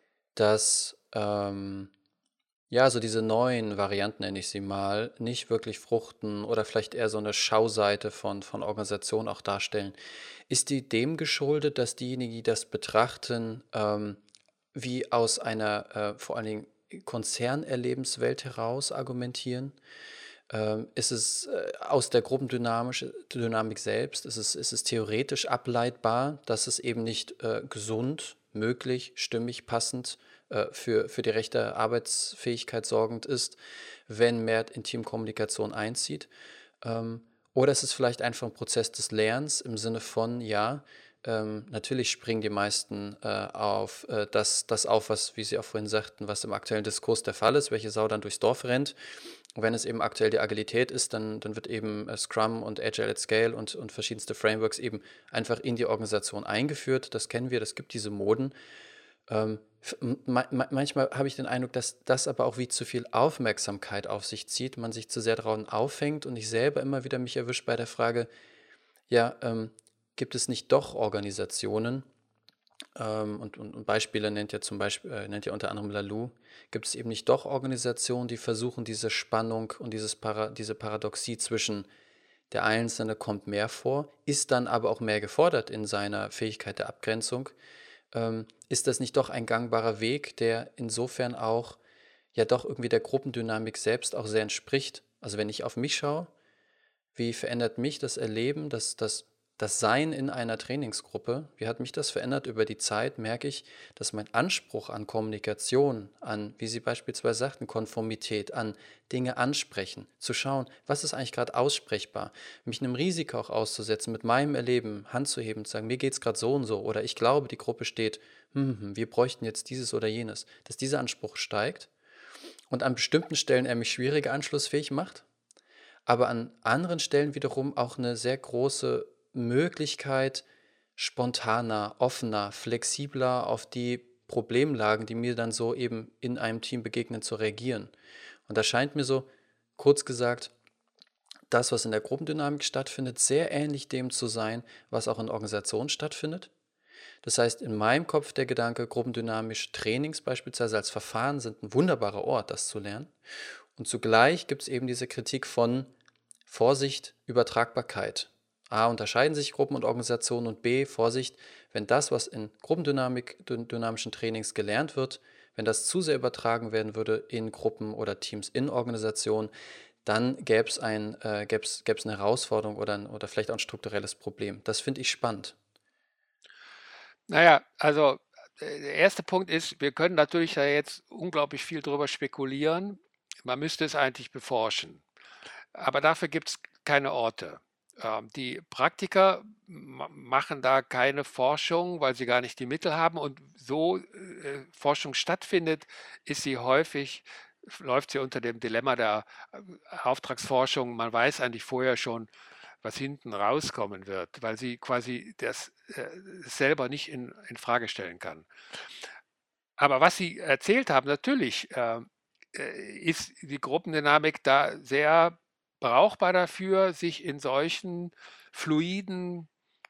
dass ähm, ja, so diese neuen Varianten, nenne ich sie mal, nicht wirklich fruchten oder vielleicht eher so eine Schauseite von, von Organisationen auch darstellen. Ist die dem geschuldet, dass diejenigen, die das betrachten, ähm, wie aus einer äh, vor allen Dingen Konzernerlebenswelt heraus argumentieren? Ähm, ist es äh, aus der Gruppendynamik Dynamik selbst? Ist es, ist es theoretisch ableitbar, dass es eben nicht äh, gesund, möglich, stimmig, passend äh, für, für die rechte Arbeitsfähigkeit sorgend ist, wenn mehr Intimkommunikation einzieht? Ähm, oder ist es vielleicht einfach ein Prozess des Lernens im Sinne von, ja, ähm, natürlich springen die meisten äh, auf äh, das, das auf, was, wie Sie auch vorhin sagten, was im aktuellen Diskurs der Fall ist, welche Sau dann durchs Dorf rennt. Und wenn es eben aktuell die Agilität ist, dann, dann wird eben äh, Scrum und Agile at Scale und, und verschiedenste Frameworks eben einfach in die Organisation eingeführt. Das kennen wir, das gibt diese Moden. Ähm, f- ma ma manchmal habe ich den Eindruck, dass das aber auch wie zu viel Aufmerksamkeit auf sich zieht, man sich zu sehr daran aufhängt und ich selber immer wieder mich erwischt bei der Frage, ja, ähm, gibt es nicht doch Organisationen, ähm, und, und, und Beispiele nennt ja zum Beispiel, äh, nennt ja unter anderem Lalou, gibt es eben nicht doch Organisationen, die versuchen, diese Spannung und dieses Para diese Paradoxie zwischen der Einzelne kommt mehr vor, ist dann aber auch mehr gefordert in seiner Fähigkeit der Abgrenzung. Ähm, ist das nicht doch ein gangbarer Weg, der insofern auch ja doch irgendwie der Gruppendynamik selbst auch sehr entspricht? Also wenn ich auf mich schaue, wie verändert mich das Erleben, das, das, das Sein in einer Trainingsgruppe? Wie hat mich das verändert über die Zeit? Merke ich, dass mein Anspruch an Kommunikation, an, wie Sie beispielsweise sagten, Konformität, an Dinge ansprechen, zu schauen, was ist eigentlich gerade aussprechbar, mich einem Risiko auch auszusetzen, mit meinem Erleben Hand zu heben, zu sagen, mir geht es gerade so und so, oder ich glaube, die Gruppe steht, hm, hm, hm, wir bräuchten jetzt dieses oder jenes, dass dieser Anspruch steigt und an bestimmten Stellen er mich schwieriger anschlussfähig macht, aber an anderen Stellen wiederum auch eine sehr große Möglichkeit, spontaner, offener, flexibler auf die Problemlagen, die mir dann so eben in einem Team begegnen, zu reagieren. Und da scheint mir so, kurz gesagt, das, was in der Gruppendynamik stattfindet, sehr ähnlich dem zu sein, was auch in Organisationen stattfindet. Das heißt, in meinem Kopf der Gedanke, gruppendynamische Trainings beispielsweise als Verfahren sind ein wunderbarer Ort, das zu lernen. Und zugleich gibt es eben diese Kritik von Vorsicht, Übertragbarkeit. A, unterscheiden sich Gruppen und Organisationen und B, Vorsicht, wenn das, was in Gruppendynamik, dyn- dynamischen Trainings gelernt wird, wenn das zu sehr übertragen werden würde in Gruppen oder Teams, in Organisationen, dann gäbe es ein, äh, gäb's, gäb's eine Herausforderung oder, ein, oder vielleicht auch ein strukturelles Problem. Das finde ich spannend. Na ja, also, äh, der erste Punkt ist, wir können natürlich da jetzt unglaublich viel drüber spekulieren. Man müsste es eigentlich beforschen. Aber dafür gibt's keine Orte. Ähm, die Praktiker ma machen da keine Forschung, weil sie gar nicht die Mittel haben und so, äh, Forschung stattfindet, ist sie häufig läuft sie unter dem Dilemma der, äh, Auftragsforschung. Man weiß eigentlich vorher schon, was hinten rauskommen wird, weil sie quasi das, äh, selber nicht in in Frage stellen kann. Aber was Sie erzählt haben, natürlich, ähm, äh, ist die Gruppendynamik da sehr brauchbar dafür, sich in solchen fluiden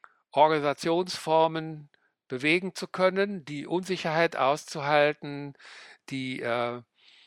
Organisationsformen bewegen zu können, die Unsicherheit auszuhalten, die, äh,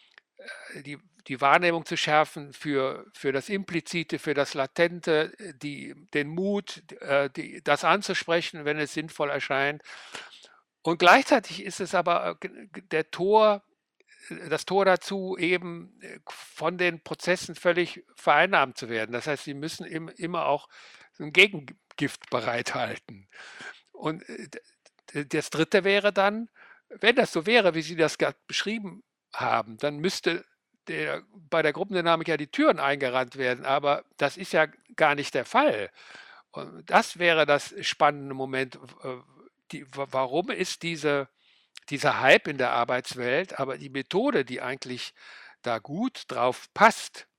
äh, die die Wahrnehmung zu schärfen für für das Implizite, für das Latente, äh, die den Mut, äh, die das anzusprechen, wenn es sinnvoll erscheint. Und gleichzeitig ist es aber, äh, g g der Tor äh, das Tor dazu, eben, äh, von den Prozessen völlig vereinnahmt zu werden. Das heißt, sie müssen im immer auch so 'n Gegengift bereithalten. Und, äh, d d das Dritte wäre dann, wenn das so wäre, wie Sie das grad beschrieben haben, dann müsste der bei der Gruppendynamik ja die Türen eingerannt werden, aber das ist ja gar nicht der Fall. Und das wäre das spannende Moment. W äh, die wa warum ist diese dieser Hype in der Arbeitswelt, aber die Methode, die eigentlich da gut drauf passt,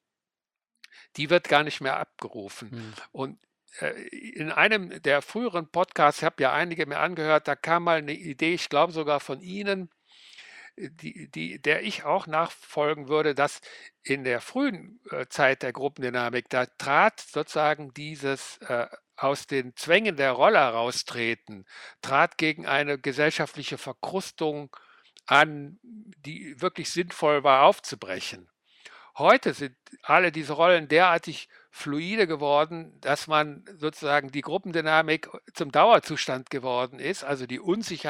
die wird gar nicht mehr abgerufen. Mhm. Und, äh, in einem der früheren Podcasts, ich habe ja einige mir angehört, da kam mal eine Idee, ich glaube sogar von Ihnen, äh, die die der ich auch nachfolgen würde, dass in der frühen, äh, Zeit der Gruppendynamik, da trat sozusagen dieses, äh, aus den Zwängen der Rolle heraustreten, trat gegen eine gesellschaftliche Verkrustung an, die wirklich sinnvoll war aufzubrechen. Heute sind alle diese Rollen derartig fluide geworden, dass man sozusagen die Gruppendynamik zum Dauerzustand geworden ist, also die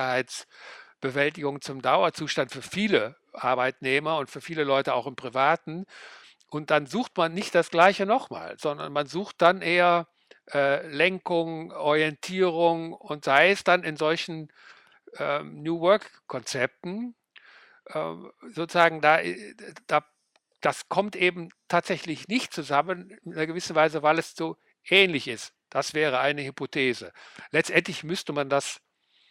Unsicherheitsbewältigung zum Dauerzustand für viele Arbeitnehmer und für viele Leute auch im Privaten. Und dann sucht man nicht das Gleiche nochmal, sondern man sucht dann eher, äh, Lenkung, Orientierung und sei es dann in solchen, ähm, New Work-Konzepten, ähm, sozusagen da, äh, da das kommt eben tatsächlich nicht zusammen in einer gewissen Weise, weil es so ähnlich ist. Das wäre eine Hypothese. Letztendlich müsste man das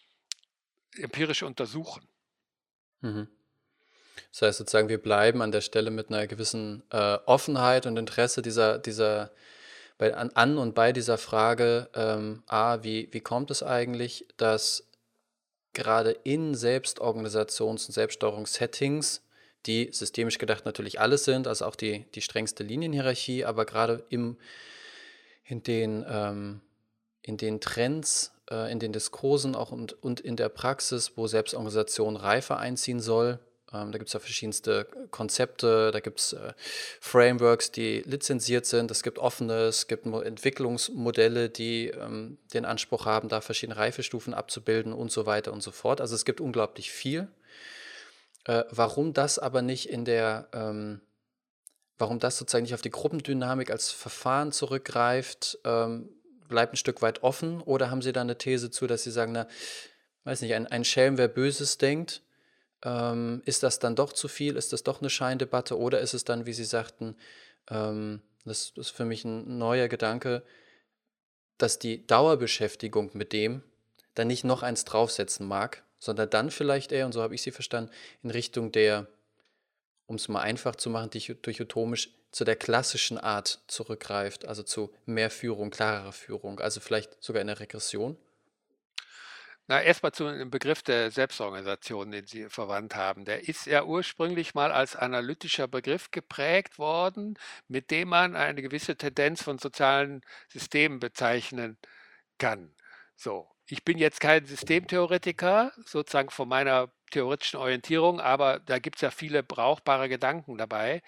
empirisch untersuchen. Mhm. Das heißt sozusagen, wir bleiben an der Stelle mit einer gewissen, äh, Offenheit und Interesse dieser dieser bei an an und bei dieser Frage, ähm, A, wie wie kommt es eigentlich, dass gerade in Selbstorganisations und Selbststeuerungssettings, die systemisch gedacht natürlich alles sind, also auch die die strengste Linienhierarchie, aber gerade im in den, ähm in den Trends, äh, in den Diskursen auch und und in der Praxis, wo Selbstorganisation Reife einziehen soll. Ähm, da gibt es ja verschiedenste Konzepte, da gibt's, äh, Frameworks, die lizenziert sind. Es gibt offene, es gibt Mo Entwicklungsmodelle, die, ähm, den Anspruch haben, da verschiedene Reifestufen abzubilden und so weiter und so fort. Also, es gibt unglaublich viel. Äh, warum das aber nicht in der, ähm warum das sozusagen nicht auf die Gruppendynamik als Verfahren zurückgreift, ähm, bleibt ein Stück weit offen. Oder haben Sie da eine These zu, dass Sie sagen: „Na, weiß nicht, ein ein Schelm, wer Böses denkt“, ähm, ist das dann doch zu viel? Ist das doch eine Scheindebatte? Oder ist es dann, wie Sie sagten, ähm, das das ist für mich ein neuer Gedanke, dass die Dauerbeschäftigung mit dem dann nicht noch eins draufsetzen mag, sondern dann vielleicht eher, und so habe ich Sie verstanden, in Richtung der, um es mal einfach zu machen, dicho dichotomisch zu der klassischen Art zurückgreift, also zu mehr Führung, klarerer Führung, also vielleicht sogar in der Regression? Na, erstmal zu dem Begriff der Selbstorganisation, den Sie verwandt haben. Der ist ja ursprünglich mal als analytischer Begriff geprägt worden, mit dem man eine gewisse Tendenz von sozialen Systemen bezeichnen kann. So, ich bin jetzt kein Systemtheoretiker, sozusagen von meiner theoretischen Orientierung, aber da gibt es ja viele brauchbare Gedanken dabei.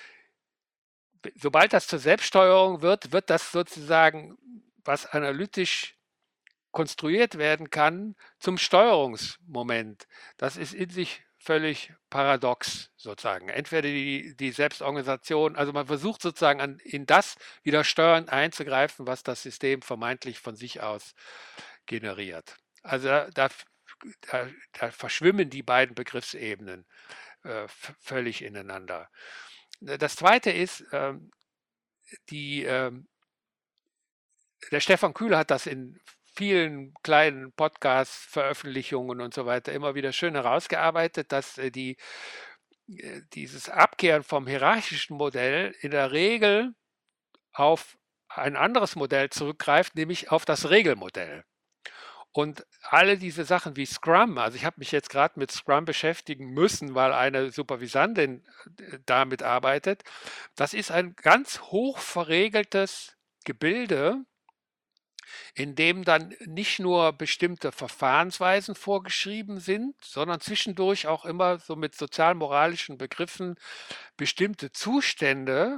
B sobald das zur Selbststeuerung wird, wird das sozusagen, was analytisch konstruiert werden kann, zum Steuerungsmoment. Das ist in sich völlig paradox sozusagen. Entweder die die Selbstorganisation, also man versucht sozusagen an in das wieder steuernd einzugreifen, was das System vermeintlich von sich aus generiert. Also, da da, da verschwimmen die beiden Begriffsebenen äh, völlig ineinander. Das Zweite ist, ähm, die, ähm, der Stefan Kühl hat das in vielen kleinen Podcasts, Veröffentlichungen und so weiter immer wieder schön herausgearbeitet, dass äh, die, äh, dieses Abkehren vom hierarchischen Modell in der Regel auf ein anderes Modell zurückgreift, nämlich auf das Regelmodell. Und alle diese Sachen wie Scrum, also ich habe mich jetzt gerade mit Scrum beschäftigen müssen, weil eine Supervisantin äh, damit arbeitet. Das ist ein ganz hoch verregeltes Gebilde, in dem dann nicht nur bestimmte Verfahrensweisen vorgeschrieben sind, sondern zwischendurch auch immer so mit sozialmoralischen Begriffen bestimmte Zustände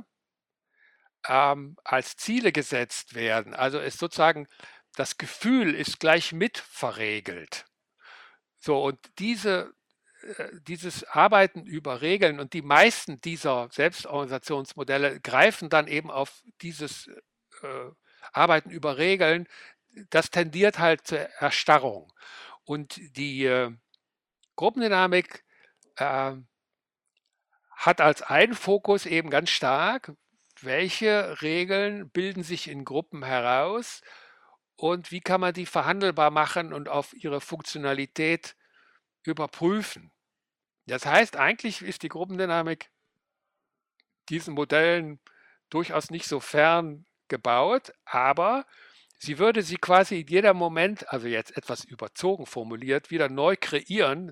ähm, als Ziele gesetzt werden. Also ist sozusagen das Gefühl ist gleich mit verregelt. So, und diese, äh, dieses Arbeiten über Regeln und die meisten dieser Selbstorganisationsmodelle greifen dann eben auf dieses äh, Arbeiten über Regeln, das tendiert halt zur Erstarrung. Und die äh, Gruppendynamik äh, hat als einen Fokus eben ganz stark, welche Regeln bilden sich in Gruppen heraus und wie kann man die verhandelbar machen und auf ihre Funktionalität überprüfen. Das heißt, eigentlich ist die Gruppendynamik diesen Modellen durchaus nicht so fern gebaut, aber sie würde sie quasi in jedem Moment, also jetzt etwas überzogen formuliert, wieder neu kreieren,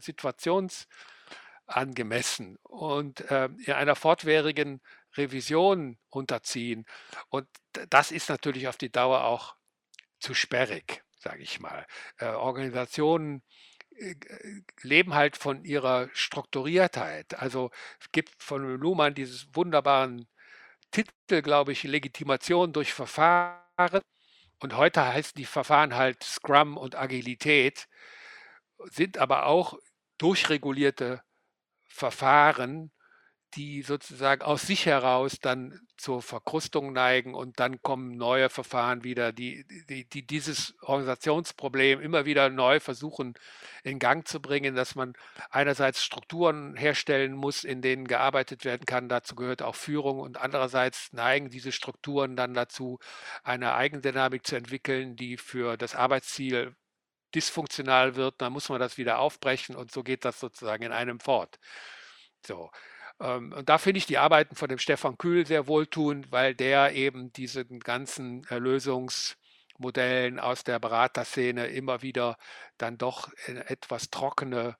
situationsangemessen und äh, in einer fortwährigen Revision unterziehen. Und das ist natürlich auf die Dauer auch zu sperrig, sage ich mal. Äh, Organisationen äh, leben halt von ihrer Strukturiertheit. Also es gibt von Luhmann dieses wunderbaren Titel, glaube ich, Legitimation durch Verfahren. Und heute heißen die Verfahren halt Scrum und Agilität, sind aber auch durchregulierte Verfahren, die sozusagen aus sich heraus dann zur Verkrustung neigen und dann kommen neue Verfahren wieder, die, die, die dieses Organisationsproblem immer wieder neu versuchen in Gang zu bringen, dass man einerseits Strukturen herstellen muss, in denen gearbeitet werden kann, dazu gehört auch Führung und andererseits neigen diese Strukturen dann dazu, eine Eigendynamik zu entwickeln, die für das Arbeitsziel dysfunktional wird, dann muss man das wieder aufbrechen und so geht das sozusagen in einem fort. So. Ähm, und da finde ich die Arbeiten von dem Stefan Kühl sehr wohltuend, weil der eben diesen ganzen Lösungsmodellen aus der Beraterszene immer wieder dann doch etwas trockene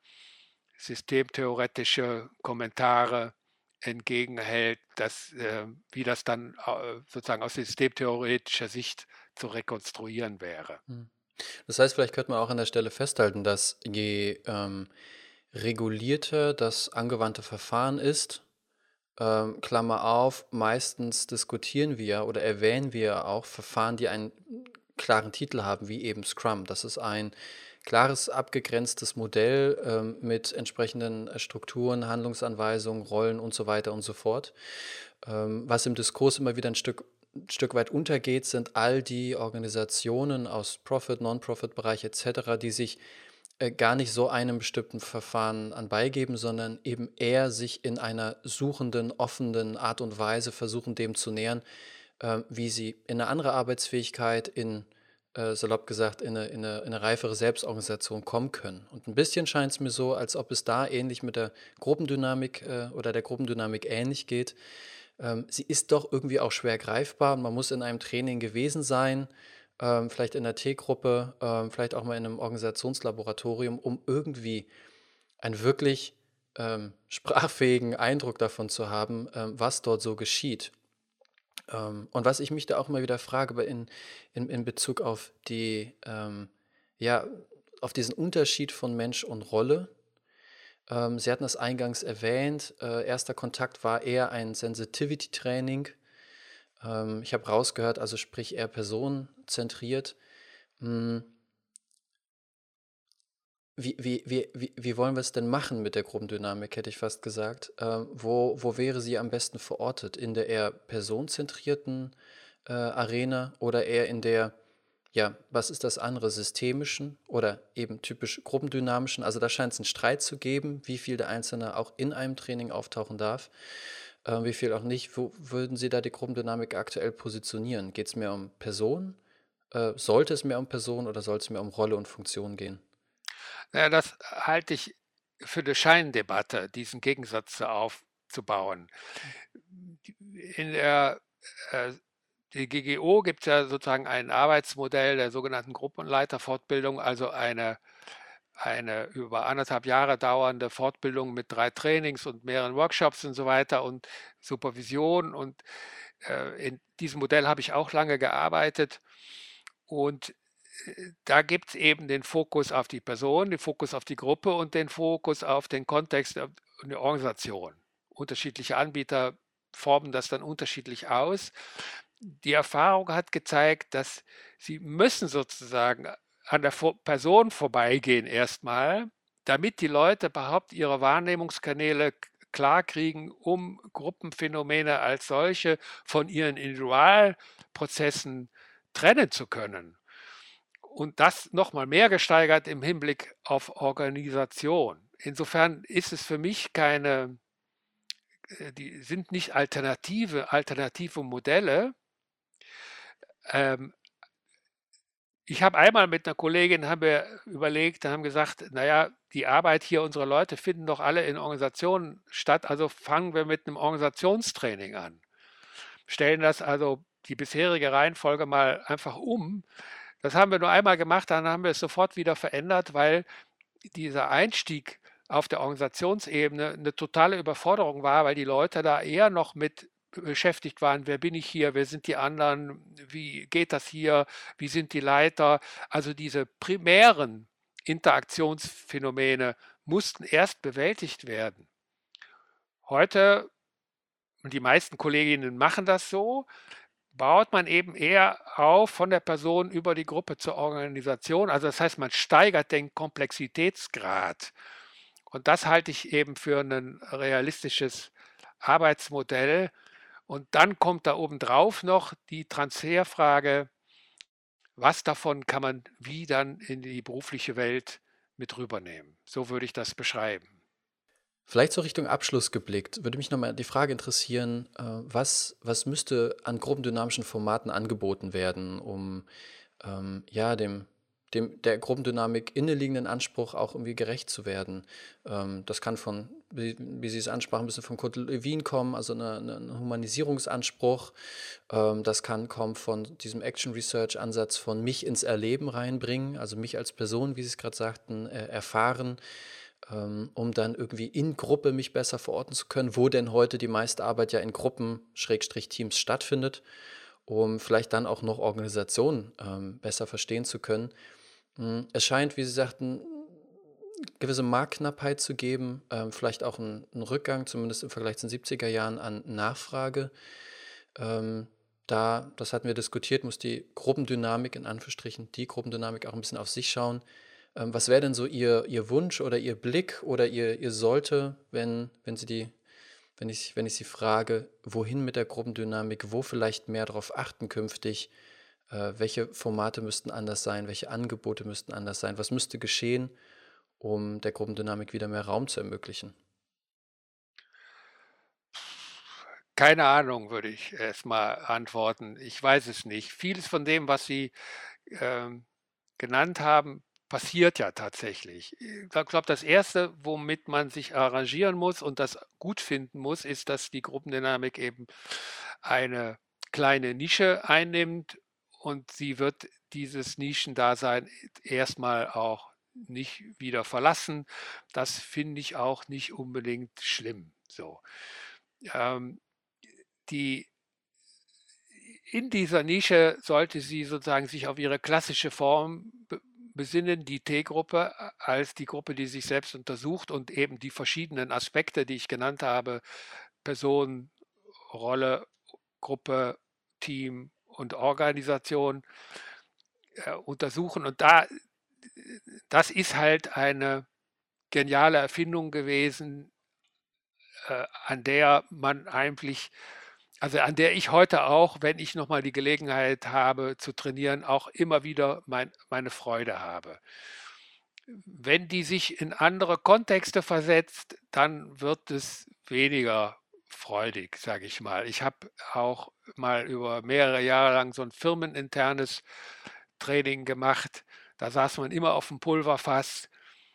systemtheoretische Kommentare entgegenhält, dass, äh, wie das dann äh, sozusagen aus systemtheoretischer Sicht zu rekonstruieren wäre. Hm. Das heißt, vielleicht könnte man auch an der Stelle festhalten, dass je ähm, regulierter das angewandte Verfahren ist, ähm, Klammer auf, meistens diskutieren wir oder erwähnen wir auch Verfahren, die einen klaren Titel haben, wie eben Scrum. Das ist ein klares, abgegrenztes Modell ähm, mit entsprechenden äh, Strukturen, Handlungsanweisungen, Rollen und so weiter und so fort. Ähm, was im Diskurs immer wieder ein Stück, ein Stück weit untergeht, sind all die Organisationen aus Profit, Non-Profit-Bereich et cetera, die sich äh, gar nicht so einem bestimmten Verfahren anbeigeben, sondern eben eher sich in einer suchenden, offenen Art und Weise versuchen, dem zu nähern, äh, wie sie in eine andere Arbeitsfähigkeit, in, äh, salopp gesagt, in eine, in, eine, in eine reifere Selbstorganisation kommen können. Und ein bisschen scheint es mir so, als ob es da ähnlich mit der Gruppendynamik äh, oder der Gruppendynamik ähnlich geht. Ähm, sie ist doch irgendwie auch schwer greifbar. Man muss in einem Training gewesen sein, ähm, vielleicht in der T-Gruppe, ähm, vielleicht auch mal in einem Organisationslaboratorium, um irgendwie einen wirklich ähm, sprachfähigen Eindruck davon zu haben, ähm, was dort so geschieht. Ähm, und was ich mich da auch immer wieder frage, aber in, in, in Bezug auf die, ähm, ja, auf diesen Unterschied von Mensch und Rolle. Ähm, Sie hatten das eingangs erwähnt, äh, erster Kontakt war eher ein Sensitivity-Training. Ähm, ich habe rausgehört, also sprich eher personenzentriert. Hm, Wie, wie, wie, wie, wie wollen wir es denn machen mit der Gruppendynamik, hätte ich fast gesagt. Ähm, wo, wo wäre sie am besten verortet? In der eher personenzentrierten äh, Arena oder eher in der ja, was ist das andere, systemischen oder eben typisch gruppendynamischen? Also da scheint es einen Streit zu geben, wie viel der Einzelne auch in einem Training auftauchen darf, äh, wie viel auch nicht. Wo würden Sie da die Gruppendynamik aktuell positionieren? Geht es mehr um Person? Äh, sollte es mehr um Person oder soll es mehr um Rolle und Funktion gehen? Ja, das halte ich für eine Scheindebatte, diesen Gegensatz so aufzubauen. In der äh, die G G O gibt es ja sozusagen ein Arbeitsmodell der sogenannten Gruppenleiterfortbildung, also eine eine über anderthalb Jahre dauernde Fortbildung mit drei Trainings und mehreren Workshops und so weiter und Supervision. Und äh, in diesem Modell habe ich auch lange gearbeitet. Und äh, da gibt es eben den Fokus auf die Person, den Fokus auf die Gruppe und den Fokus auf den Kontext und die Organisation. Unterschiedliche Anbieter formen das dann unterschiedlich aus. Die Erfahrung hat gezeigt, dass sie müssen sozusagen an der Vor Person vorbeigehen erstmal, damit die Leute überhaupt ihre Wahrnehmungskanäle klar kriegen, um Gruppenphänomene als solche von ihren Individualprozessen trennen zu können. Und das noch mal mehr gesteigert im Hinblick auf Organisation. Insofern ist es für mich keine, äh, die sind nicht alternative, alternative Modelle. Ähm, ich habe einmal mit einer Kollegin haben wir überlegt, haben gesagt, naja, die Arbeit hier, unsere Leute finden doch alle in Organisationen statt, also fangen wir mit einem Organisationstraining an. Stellen das also die bisherige Reihenfolge mal einfach um. Das haben wir nur einmal gemacht, dann haben wir es sofort wieder verändert, weil dieser Einstieg auf der Organisationsebene eine totale Überforderung war, weil die Leute da eher noch mit beschäftigt waren, wer bin ich hier, wer sind die anderen, wie geht das hier, wie sind die Leiter. Also diese primären Interaktionsphänomene mussten erst bewältigt werden. Heute, und die meisten Kolleginnen machen das so, baut man eben eher auf von der Person über die Gruppe zur Organisation. Also das heißt, man steigert den Komplexitätsgrad. Und das halte ich eben für ein realistisches Arbeitsmodell. Und dann kommt da obendrauf noch die Transferfrage, was davon kann man wie dann in die berufliche Welt mit rübernehmen. So würde ich das beschreiben. Vielleicht so Richtung Abschluss geblickt, würde mich noch mal die Frage interessieren, äh, was was müsste an gruppendynamischen Formaten angeboten werden, um, ähm, ja, dem dem der Gruppendynamik inneliegenden Anspruch auch irgendwie gerecht zu werden? Ähm, das kann von, wie wie Sie es ansprachen, ein bisschen von Kurt Lewin kommen, also 'ne 'ne 'n Humanisierungsanspruch. Ähm, das kann kommen von diesem Action Research Ansatz von mich ins Erleben reinbringen, also mich als Person, wie Sie es gerade sagten, äh, erfahren, ähm, um dann irgendwie in Gruppe mich besser verorten zu können, wo denn heute die meiste Arbeit ja in Gruppen, Schrägstrich Teams stattfindet, um vielleicht dann auch noch Organisationen ähm, besser verstehen zu können. Mm, Es scheint, wie Sie sagten, gewisse Marktknappheit zu geben, ähm, vielleicht auch einen Rückgang, zumindest im Vergleich zu den siebziger Jahren, an Nachfrage. Ähm, da, das hatten wir diskutiert, muss die Gruppendynamik, in Anführungsstrichen, die Gruppendynamik auch ein bisschen auf sich schauen. Ähm, was wäre denn so Ihr, Ihr Wunsch oder Ihr Blick oder Ihr, Ihr Sollte, wenn, wenn Sie die, wenn ich, wenn ich Sie frage, wohin mit der Gruppendynamik, wo vielleicht mehr darauf achten künftig, äh, welche Formate müssten anders sein, welche Angebote müssten anders sein, was müsste geschehen, um der Gruppendynamik wieder mehr Raum zu ermöglichen? Keine Ahnung, würde ich erstmal antworten. Ich weiß es nicht. Vieles von dem, was Sie ähm, genannt haben, passiert ja tatsächlich. Ich glaube, das Erste, womit man sich arrangieren muss und das gut finden muss, ist, dass die Gruppendynamik eben eine kleine Nische einnimmt und sie wird dieses Nischendasein erstmal auch nicht wieder verlassen. Das finde ich auch nicht unbedingt schlimm. So. Ähm, die in dieser Nische sollte sie sozusagen sich auf ihre klassische Form be besinnen, die T-Gruppe als die Gruppe, die sich selbst untersucht und eben die verschiedenen Aspekte, die ich genannt habe, Person, Rolle, Gruppe, Team und Organisation, äh, untersuchen. Und da das ist halt eine geniale Erfindung gewesen, äh, an der man eigentlich also an der ich heute auch, wenn ich noch mal die Gelegenheit habe zu trainieren, auch immer wieder mein meine Freude habe. Wenn die sich in andere Kontexte versetzt, dann wird es weniger freudig, sage ich mal. Ich habe auch mal über mehrere Jahre lang so 'n firmeninternes Training gemacht. Da saß man immer auf'm Pulverfass,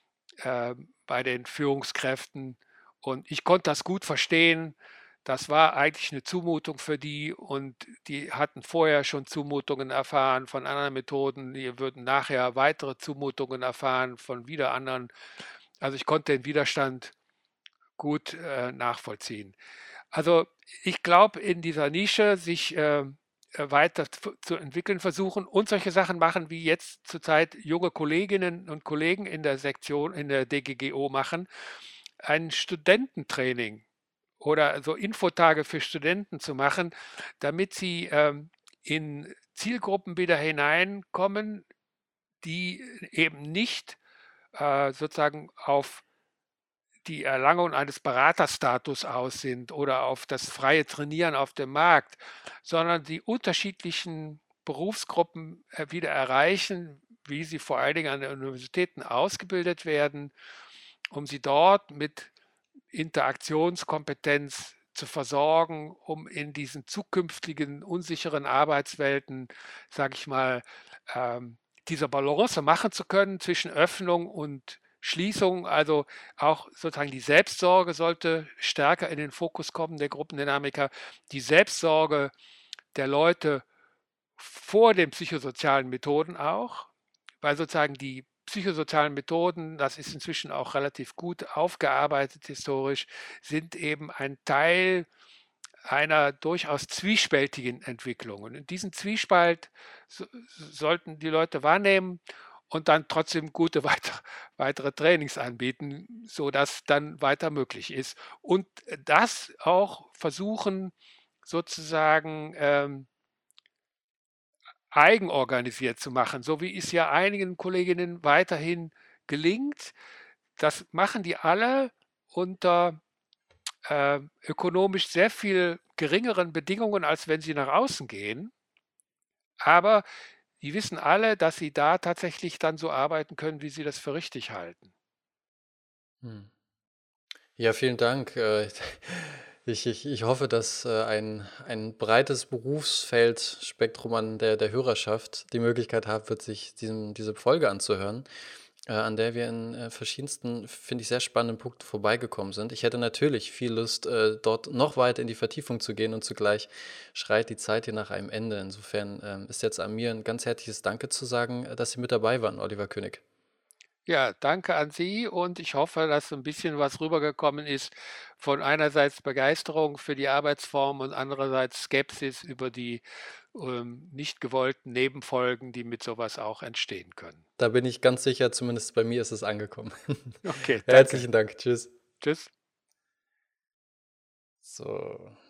ähm, bei den Führungskräften und ich konnte das gut verstehen. Das war eigentlich 'ne Zumutung für die und die hatten vorher schon Zumutungen erfahren von anderen Methoden. Die würden nachher weitere Zumutungen erfahren von wieder anderen. Also, ich konnte den Widerstand gut, äh, nachvollziehen. Also, ich glaube, in dieser Nische sich, ähm, äh, weiter v zu entwickeln versuchen und solche Sachen machen, wie jetzt zurzeit junge Kolleginnen und Kollegen in der Sektion in der D G G O machen, ein Studententraining oder so Infotage für Studenten zu machen, damit sie, ähm, in Zielgruppen wieder hineinkommen, die eben nicht, äh, sozusagen auf die Erlangung eines Beraterstatus aus sind oder auf das freie Trainieren auf dem Markt, sondern die unterschiedlichen Berufsgruppen, äh, wieder erreichen, wie sie vor allen Dingen an den Universitäten ausgebildet werden, um sie dort mit Interaktionskompetenz zu versorgen, um in diesen zukünftigen unsicheren Arbeitswelten, sage ich mal, ähm, diese Balance machen zu können zwischen Öffnung und Schließung. Also, auch sozusagen die Selbstsorge sollte stärker in den Fokus kommen der Gruppendynamiker. Die Selbstsorge der Leute vor den psychosozialen Methoden auch, weil sozusagen die psychosozialen Methoden, das ist inzwischen auch relativ gut aufgearbeitet historisch, sind eben ein Teil einer durchaus zwiespältigen Entwicklung. Und in diesen Zwiespalt so sollten die Leute wahrnehmen und dann trotzdem gute weiter weitere Trainings anbieten, sodass dann weiter möglich ist. Und das auch versuchen sozusagen, ähm eigenorganisiert zu machen, so wie es ja einigen Kolleginnen weiterhin gelingt. Das machen die alle unter, äh, ökonomisch sehr viel geringeren Bedingungen, als wenn sie nach außen gehen. Aber die wissen alle, dass sie da tatsächlich dann so arbeiten können, wie sie das für richtig halten. Mhm. Ja, vielen Dank. Äh, ich ich ich hoffe, dass, äh, ein ein breites Berufsfeldspektrum an der der Hörerschaft die Möglichkeit haben wird, sich diesem diese Folge anzuhören, äh, an der wir in, äh, verschiedensten, finde ich, sehr spannenden Punkten vorbeigekommen sind. Ich hätte natürlich viel Lust, äh, dort noch weiter in die Vertiefung zu gehen und zugleich schreit die Zeit hier nach einem Ende. Insofern, ähm, ist jetzt an mir ein ganz herzliches Danke zu sagen, äh, dass Sie mit dabei waren, Oliver König. Ja, danke an Sie und ich hoffe, dass so 'n bisschen was rübergekommen ist von einerseits Begeisterung für die Arbeitsform und andererseits Skepsis über die, ähm, nicht gewollten Nebenfolgen, die mit so was auch entstehen können. Da bin ich ganz sicher, zumindest bei mir ist es angekommen. Okay, danke. Herzlichen Dank. Tschüss. Tschüss. So.